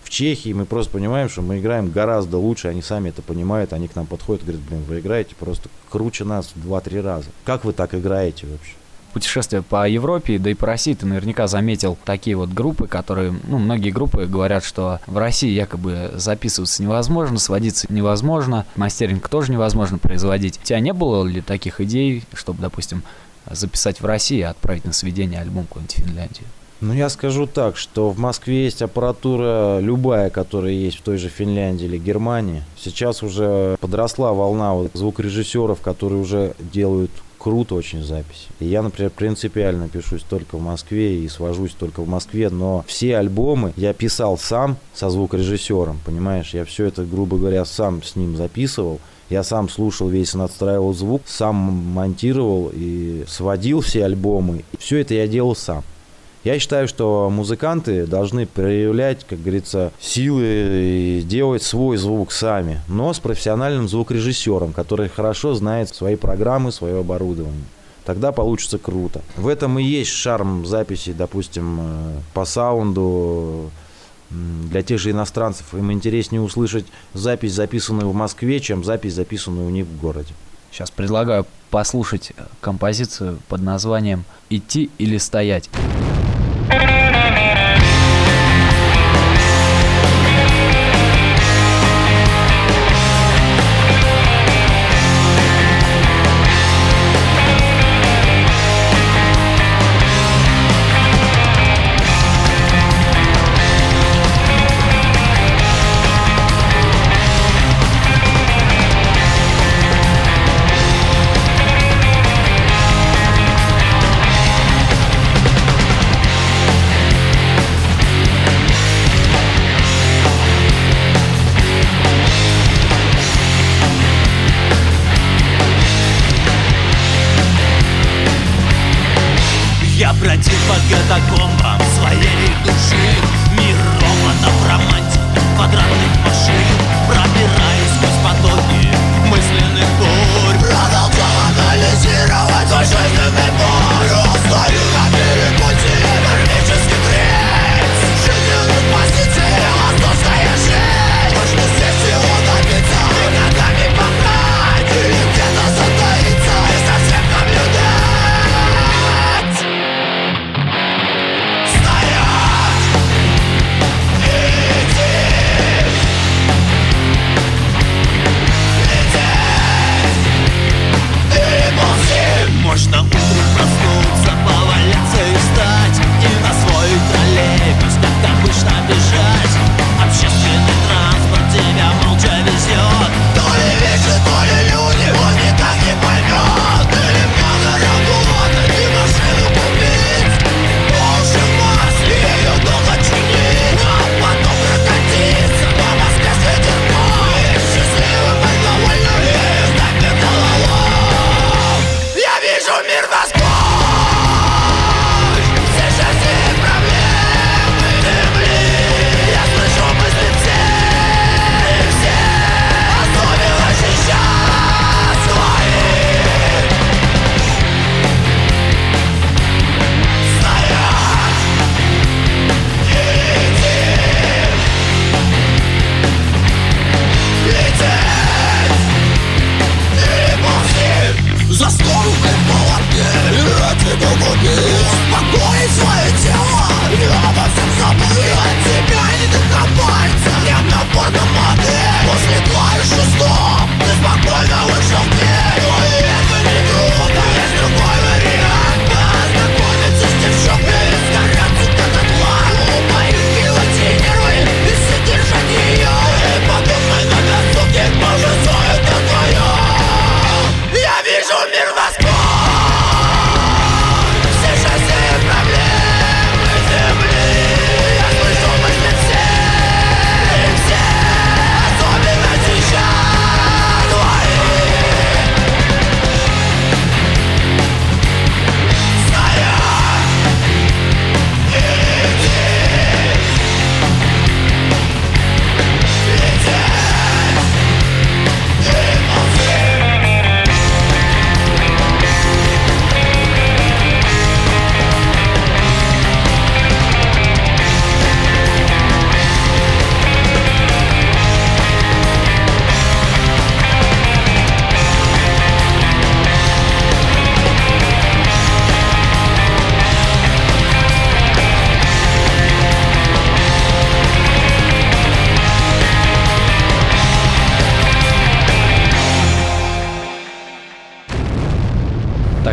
C: в Чехии, мы просто понимаем, что мы играем гораздо лучше, они сами это понимают, они к нам подходят и говорят, блин, вы играете просто круче нас в два-три раза. Как вы так играете вообще?
B: Путешествие по Европе, да и по России, ты наверняка заметил такие вот группы, которые, ну, многие группы говорят, что в России якобы записываться невозможно, сводиться невозможно, мастеринг тоже невозможно производить. У тебя не было ли таких идей, чтобы, допустим, записать в России и отправить на сведение альбом куда-нибудь в Финляндию?
C: Ну, я скажу так, что в Москве есть аппаратура любая, которая есть в той же Финляндии или Германии. Сейчас уже подросла волна вот звукорежиссеров, которые уже делают круто очень записи. И я, например, принципиально пишусь только в Москве и свожусь только в Москве, но все альбомы я писал сам со звукорежиссером, понимаешь? Я все это, грубо говоря, сам с ним записывал. Я сам слушал весь, надстраивал звук, сам монтировал и сводил все альбомы. Все это я делал сам. Я считаю, что музыканты должны проявлять, как говорится, силы и делать свой звук сами, но с профессиональным звукорежиссером, который хорошо знает свои программы, свое оборудование. Тогда получится круто. В этом и есть шарм записи, допустим, по саунду. Для тех же иностранцев им интереснее услышать запись, записанную в Москве, чем запись, записанную у них в городе.
B: Сейчас предлагаю послушать композицию под названием «Идти или стоять».
E: Я бродил по катакомбам своей души. Мир роботов, романтик, квадратных машин. Пробираясь сквозь потоки мысленных бурь, продолжал анализировать свой жизненный путь. Стою на перепутье кармических рельс. Жизненных позиций, московская жизнь. Можно здесь всего добиться и ногами пахать, или где-то затаиться и совсем наблюдать. Можно утром проснуться, поваляться и встать, и на свой троллейбус, как обычно, бежать. Общественный транспорт тебя молча везет. То ли вещи, то ли люди, он никак не поймет. Или много работать и машину купить. Больше масс, ее долго чинить, а потом прокатиться по Москве с ветерком. И счастливым и довольным ею стать металлолом. Я вижу мир насквозь. Все счастья и проблемы земли. Я слышу мысли всех и всех, особенно сейчас своих. Стоять и идти, лететь или ползти. За скорухой в полотне ради долготы. Успокоить свое тело и обо всем забыть. От тебя не докопается дневно подумады. После клавиши стоп ты спокойно вышел в дверь. Но и это не трудно, есть другой вариант. Познакомиться с девчонкой и сгораться как дотла. Убаюкивать ей нервы и содержать ее. И подумай на досуге, может, все это твое. Я вижу мир насквозь. Все счастья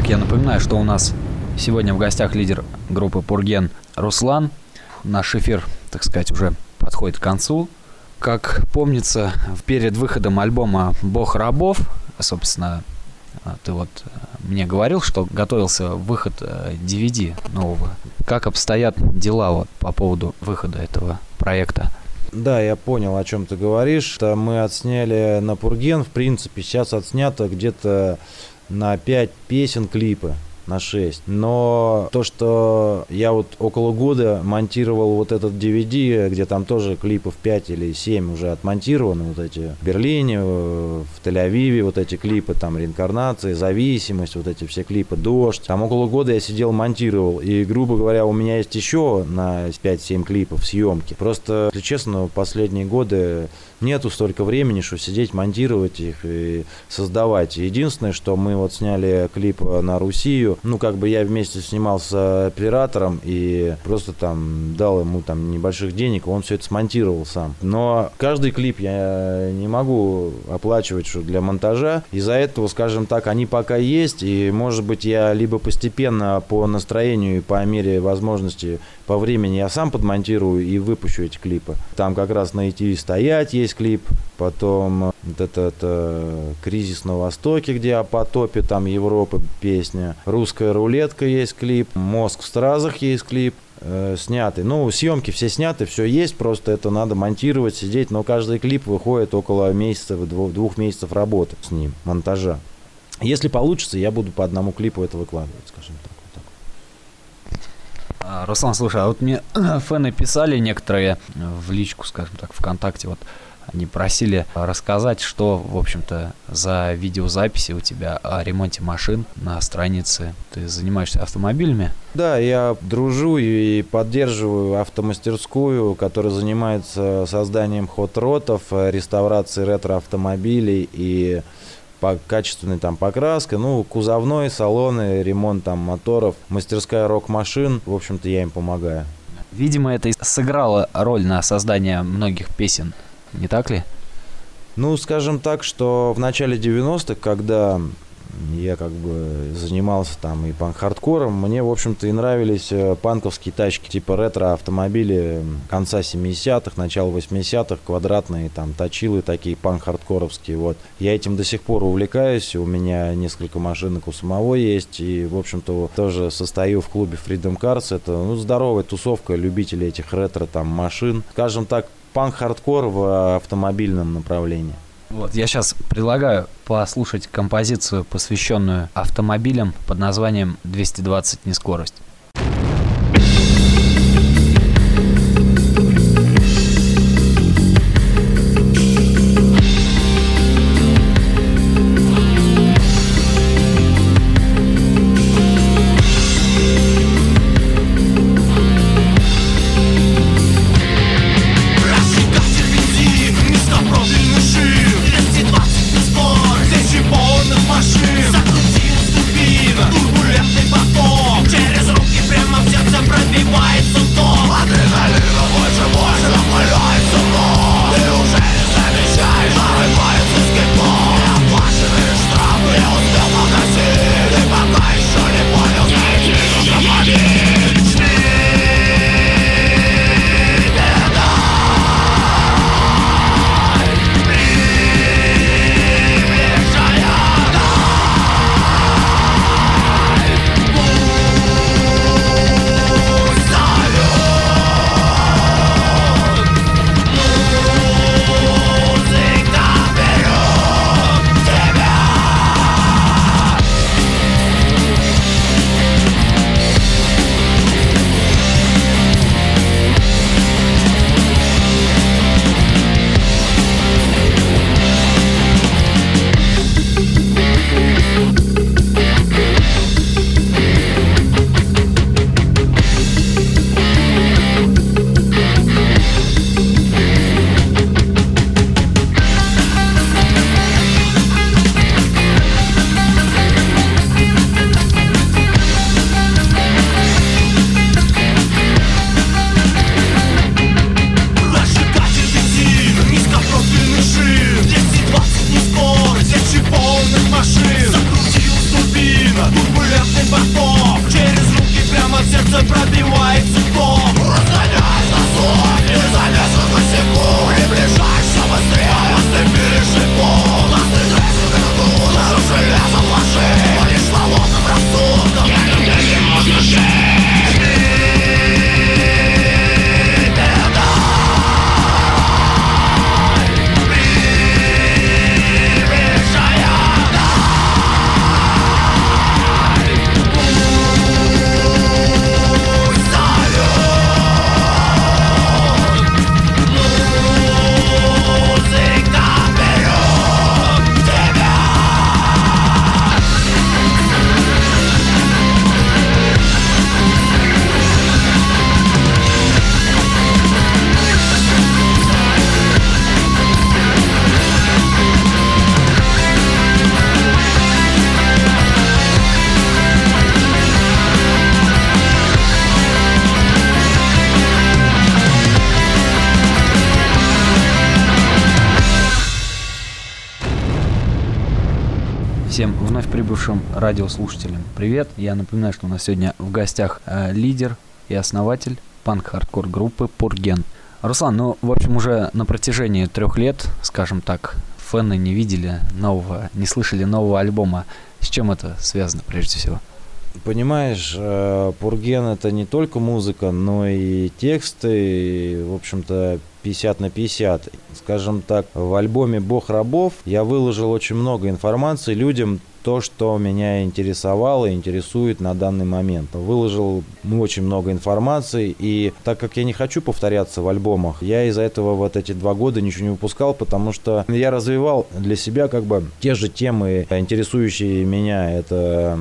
B: Итак, я напоминаю, что у нас сегодня в гостях лидер группы «Пурген» Руслан. Наш эфир, так сказать, уже подходит к концу. Как помнится, перед выходом альбома «Бог рабов», собственно, ты вот мне говорил, что готовился выход ди ви ди нового. Как обстоят дела вот по поводу выхода этого проекта?
C: Да, я понял, о чем ты говоришь. Это мы отсняли на «Пурген». В принципе, сейчас отснято где-то на пять песен клипы, на шесть. Но то, что я вот около года монтировал вот этот ди ви ди, где там тоже клипов пять или семь уже отмонтированы, вот эти в Берлине, в Тель-Авиве, вот эти клипы, там «Реинкарнация», «Зависимость», вот эти все клипы, «Дождь». Там около года я сидел, монтировал. И, грубо говоря, у меня есть еще на пять-семь клипов съемки. Просто, если честно, последние годы нету столько времени, что сидеть, монтировать их и создавать. Единственное, что мы вот сняли клип на Русию. Ну, как бы я вместе снимал с оператором и просто там дал ему там небольших денег, он все это смонтировал сам. Но каждый клип я не могу оплачивать, что для монтажа. Из-за этого, скажем так, они пока есть, и, может быть, я либо постепенно по настроению и по мере возможности по времени я сам подмонтирую и выпущу эти клипы. Там как раз «Найти и стоять» есть клип, потом вот это, это «Кризис на Востоке», где о потопе, там Европы песня, «Русская рулетка» есть клип, «Мозг в стразах» есть клип, э, снятый. Ну, съемки все сняты, все есть, просто это надо монтировать, сидеть, но каждый клип выходит около месяца, двух, двух месяцев работы с ним, монтажа. Если получится, я буду по одному клипу это выкладывать, скажем так.
B: Руслан, слушай, а вот мне фэны писали некоторые в личку, скажем так, ВКонтакте, вот они просили рассказать, что, в общем-то, за видеозаписи у тебя о ремонте машин на странице. Ты занимаешься автомобилями?
C: Да, я дружу и поддерживаю автомастерскую, которая занимается созданием хот-ротов, реставрацией ретро-автомобилей и по качественной там покраской, ну, кузовной, салоны, ремонт там моторов, мастерская рок-машин. В общем-то, я им помогаю.
B: Видимо, это и сыграло роль на создание многих песен, не так ли?
C: Ну, скажем так, что в начале девяностых, когда я как бы занимался там и панк-хардкором, мне, в общем-то, и нравились панковские тачки, типа ретро-автомобили конца семидесятых, начала восьмидесятых, квадратные там точилы такие панк-хардкоровские, вот. Я этим до сих пор увлекаюсь, у меня несколько машинок у самого есть, и, в общем-то, тоже состою в клубе Freedom Cars, это, ну, здоровая тусовка любителей этих ретро там машин, скажем так, панк-хардкор в автомобильном направлении.
B: Вот, я сейчас предлагаю послушать композицию, посвященную автомобилям под названием «двести двадцать нескорость».
E: Закрутил ступина, турбулентный поток через руку.
B: Всем вновь прибывшим радиослушателям привет. Я напоминаю, что у нас сегодня в гостях э, лидер и основатель панк-хардкор группы Пурген. Руслан, ну, в общем, уже на протяжении трех лет, скажем так, фэны не видели нового, не слышали нового альбома. С чем это связано, прежде всего?
C: Понимаешь, Пурген — это не только музыка, но и тексты, и, в общем-то, пятьдесят на пятьдесят. Скажем так, в альбоме «Бог рабов» я выложил очень много информации людям, то, что меня интересовало и интересует на данный момент. Выложил ну, очень много информации, и так как я не хочу повторяться в альбомах, я из-за этого вот эти два года ничего не выпускал, потому что я развивал для себя как бы те же темы, интересующие меня. Это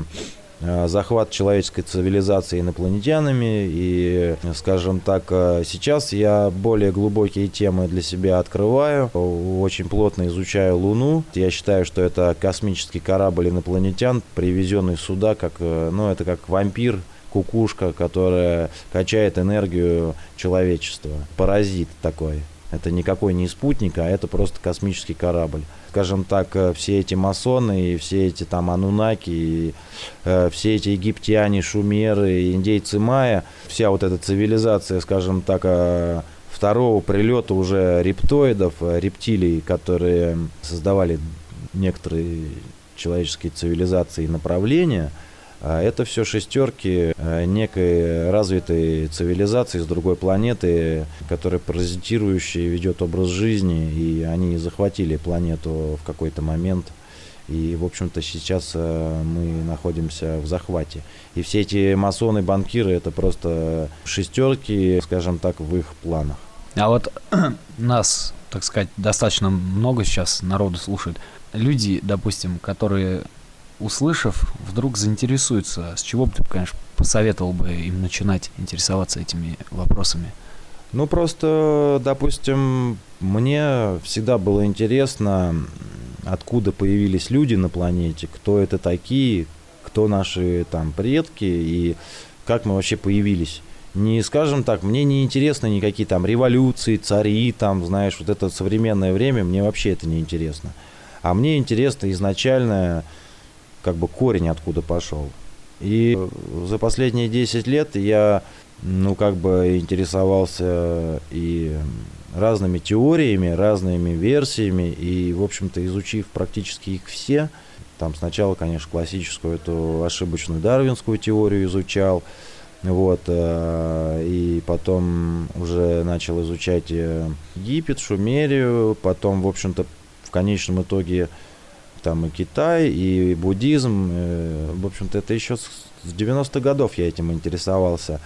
C: захват человеческой цивилизации инопланетянами, и, скажем так, сейчас я более глубокие темы для себя открываю, очень плотно изучаю Луну. Я считаю, что это космический корабль инопланетян, привезенный сюда, как, ну, это как вампир, кукушка, которая качает энергию человечества. Паразит такой. Это никакой не спутник, а это просто космический корабль. Скажем так, все эти масоны, и все эти там анунаки, и, э, все эти египтяне, шумеры, индейцы майя, вся вот эта цивилизация, скажем так, э, второго прилета уже рептоидов, э, рептилий, которые создавали некоторые человеческие цивилизации и направления, это все шестерки некой развитой цивилизации с другой планеты, которая паразитирующая ведет образ жизни, и они захватили планету в какой-то момент. И, в общем-то, сейчас мы находимся в захвате. И все эти масоны, банкиры — это просто шестерки, скажем так, в их планах.
B: А вот нас, так сказать, достаточно много сейчас народу слушает. Люди, допустим, которые, услышав, вдруг заинтересуются. С чего бы ты, конечно, посоветовал бы им начинать интересоваться этими вопросами?
C: Ну, просто, допустим, мне всегда было интересно, откуда появились люди на планете, кто это такие, кто наши там предки и как мы вообще появились. Не, скажем так, мне не интересны никакие там революции, цари, там, знаешь, вот это современное время, мне вообще это не интересно. А мне интересно изначально, как бы, корень откуда пошел. И за последние десять лет я, ну, как бы интересовался и разными теориями, разными версиями, и, в общем-то, изучив практически их все, там сначала, конечно, классическую эту ошибочную дарвинскую теорию изучал, вот, и потом уже начал изучать Египет, Шумерию, потом, в общем-то, в конечном итоге там и Китай, и буддизм. В общем-то, это еще с девяностых годов я этим интересовался.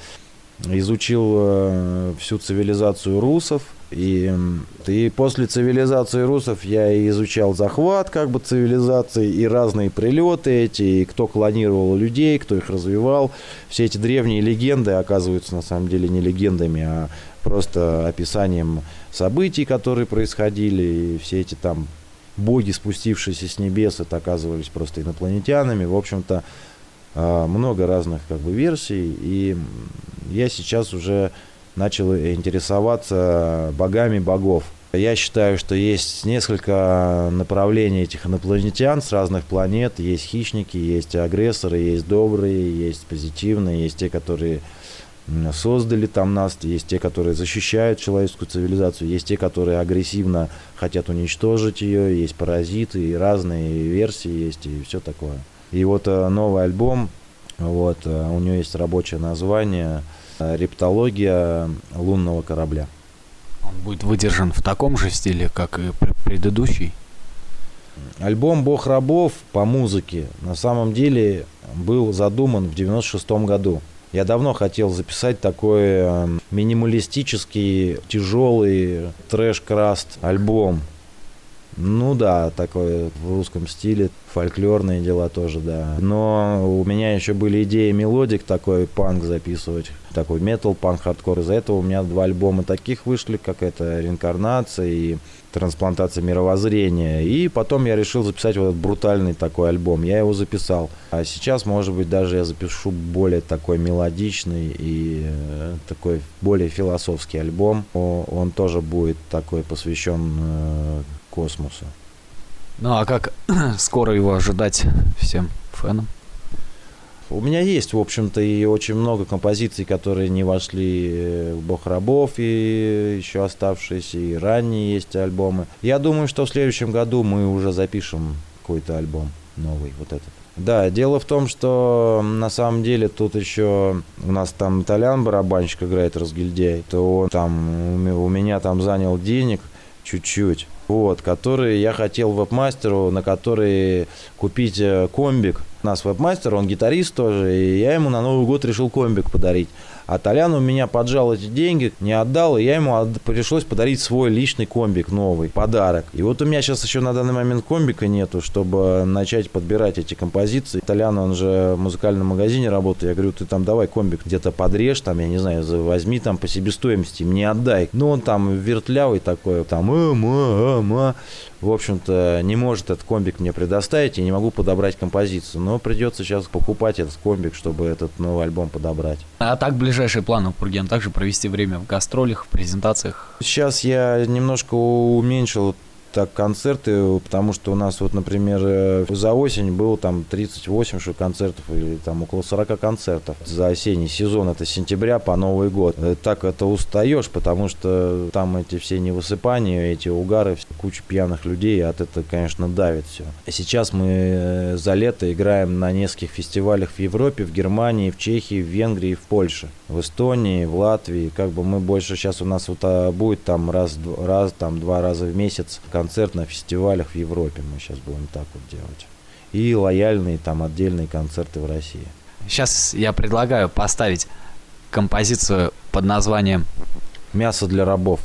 C: Изучил всю цивилизацию русов. И, и после цивилизации русов я изучал захват как бы цивилизации и разные прилеты эти, и кто клонировал людей, кто их развивал. Все эти древние легенды оказываются на самом деле не легендами, а просто описанием событий, которые происходили. И все эти там боги, спустившиеся с небес, это оказывались просто инопланетянами. В общем-то, много разных как бы версий. И я сейчас уже начал интересоваться богами богов. Я считаю, что есть несколько направлений этих инопланетян с разных планет. Есть хищники, есть агрессоры, есть добрые, есть позитивные, есть те, которые создали там нас, есть те, которые защищают человеческую цивилизацию, есть те, которые агрессивно хотят уничтожить ее, есть паразиты, и разные версии есть, и все такое. И вот новый альбом, вот, у него есть рабочее название «Рептология лунного корабля».
B: Он будет выдержан в таком же стиле, как и предыдущий?
C: Альбом «Бог рабов» по музыке на самом деле был задуман в девяносто шестом году. Я давно хотел записать такой минималистический, тяжелый трэш-краст альбом. Ну да, такой в русском стиле, фольклорные дела тоже, да. Но у меня еще были идеи мелодик, такой панк записывать, такой метал, панк, хардкор. Из-за этого у меня два альбома таких вышли, как это «Реинкарнация» и «Трансплантация мировоззрения». И потом я решил записать вот этот брутальный такой альбом. Я его записал. А сейчас, может быть, даже я запишу более такой мелодичный и такой более философский альбом. Он тоже будет такой посвящен космосу.
B: Ну а как скоро его ожидать всем фэнам?
C: У меня есть, в общем-то, и очень много композиций, которые не вошли в «Бог рабов», и еще оставшиеся, и ранние есть альбомы. Я думаю, что в следующем году мы уже запишем какой-то альбом новый, вот этот. Да, дело в том, что на самом деле тут еще у нас там Толян, барабанщик, играет Разгильдяй, то он там, у меня там занял денег чуть-чуть. Вот, который я хотел веб-мастеру, на который купить комбик. У нас веб-мастер, он гитарист тоже, и я ему на Новый год решил комбик подарить. А Толян у меня поджал эти деньги, не отдал, и я ему от... пришлось подарить свой личный комбик новый, подарок. И вот у меня сейчас еще на данный момент комбика нету, чтобы начать подбирать эти композиции. Толян, он же в музыкальном магазине работает, я говорю, ты там давай комбик где-то подрежь, там, я не знаю, возьми там по себестоимости, мне отдай. Ну, он там вертлявый такой, там, э, ма, э, ма. В общем-то, не может этот комбик мне предоставить, я не могу подобрать композицию. Но придется сейчас покупать этот комбик, чтобы этот новый альбом подобрать.
B: А так ближайшие планы у Пурген также провести время в гастролях, в презентациях?
C: Сейчас я немножко уменьшил так концерты, потому что у нас вот, например, за осень было там тридцать восемь что концертов или там около сорок концертов. За осенний сезон, это с сентября по Новый год. Так это устаешь, потому что там эти все невысыпания, эти угары, куча пьяных людей, и от этого, конечно, давит все. Сейчас мы за лето играем на нескольких фестивалях в Европе, в Германии, в Чехии, в Венгрии, в Польше, в Эстонии, в Латвии. Как бы мы больше сейчас у нас вот а, будет там раз, раз там два раза в месяц концерт на фестивалях в Европе. Мы сейчас будем так вот делать. И лояльные там отдельные концерты в России.
B: Сейчас я предлагаю поставить композицию под названием
C: «Мясо для рабов».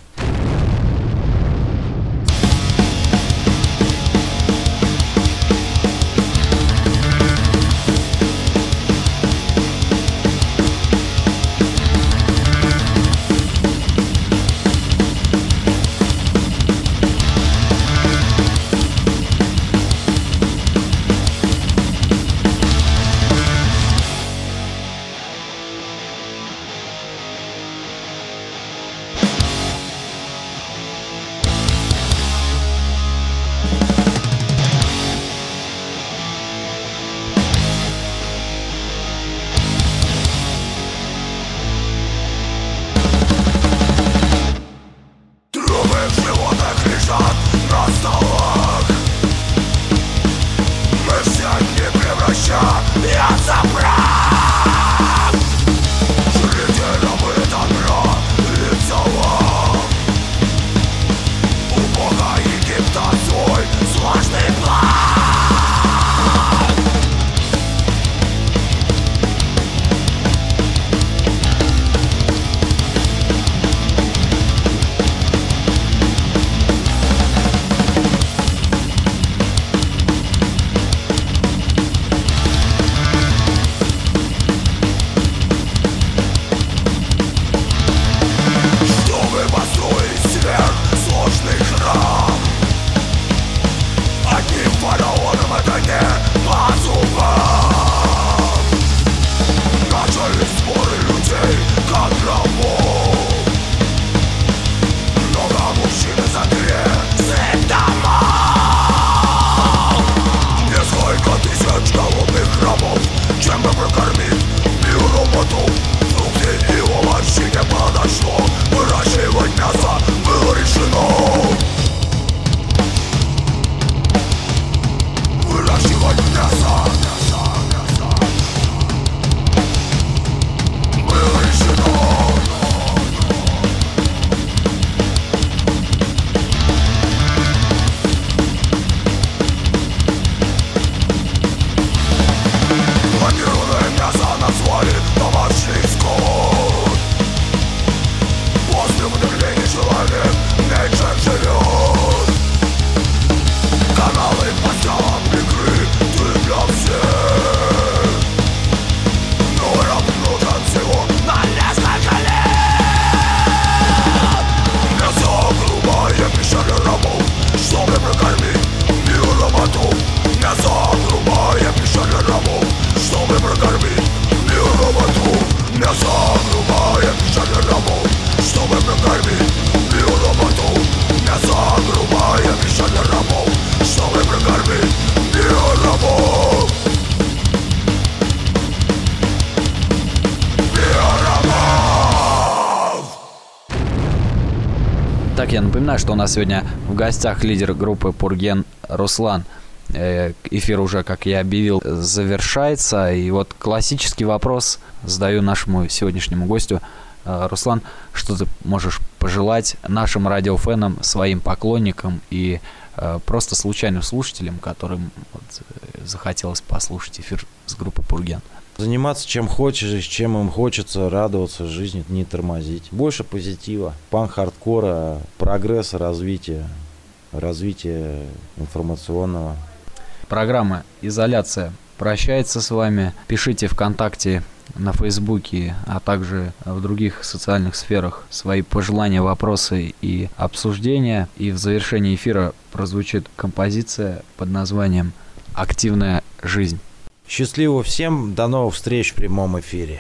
B: я напоминаю, что у нас сегодня в гостях лидер группы «Пурген» Руслан. Эфир уже, как я объявил, завершается. И вот классический вопрос задаю нашему сегодняшнему гостю. Руслан, что ты можешь пожелать нашим радиофенам, своим поклонникам и просто случайным слушателям, которым вот захотелось послушать эфир с группой «Пурген»?
C: Заниматься чем хочешь, чем им хочется, радоваться жизни, не тормозить. Больше позитива, панк-хардкора, прогресса, развития, развития информационного.
B: Программа «Изоляция» прощается с вами. Пишите ВКонтакте, на Фейсбуке, а также в других социальных сферах свои пожелания, вопросы и обсуждения. И в завершении эфира прозвучит композиция под названием «Активная жизнь».
C: Счастливо всем, до новых встреч в прямом эфире.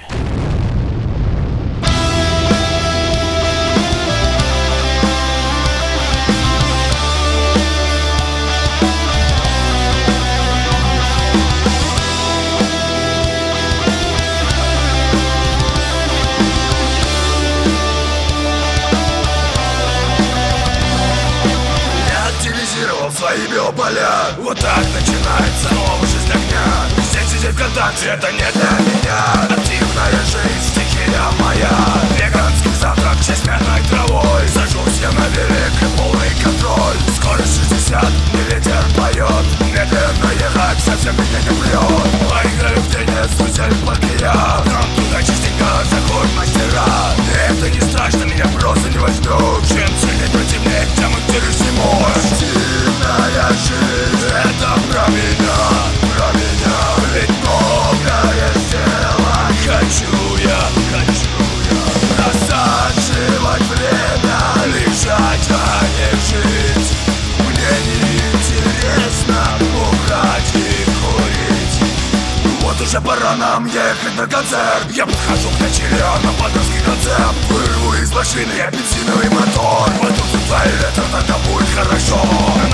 A: Свои биополя. Вот так начинается новая жизнь огня. Здесь сидеть ВКонтакте, это не для меня. Активная жизнь, стихия моя. Веганский завтрак, чрезмерной травой. Сажусь я на берег и полный контроль. Скорость шестьдесят, не ветер поет. Медленно ехать совсем меня не прет. Поиграю в теннис, взяли плагия. Там туда частенько заходят мастера. Это не страшно, меня просто не возьмут. Чем сильнее противнее, тем интереснее. Активная жизнь, это про меня, про меня. Ведь многое сделать хочу я, хочу я. Просаживать время, лежать, а не жить. Мне неинтересно бухать и курить. Вот уже пора нам ехать на концерт. Я подхожу к ночеле, на подростке концерт. Вырву из машины апельсиновый мотор. Пойду в туалет, тогда будет хорошо.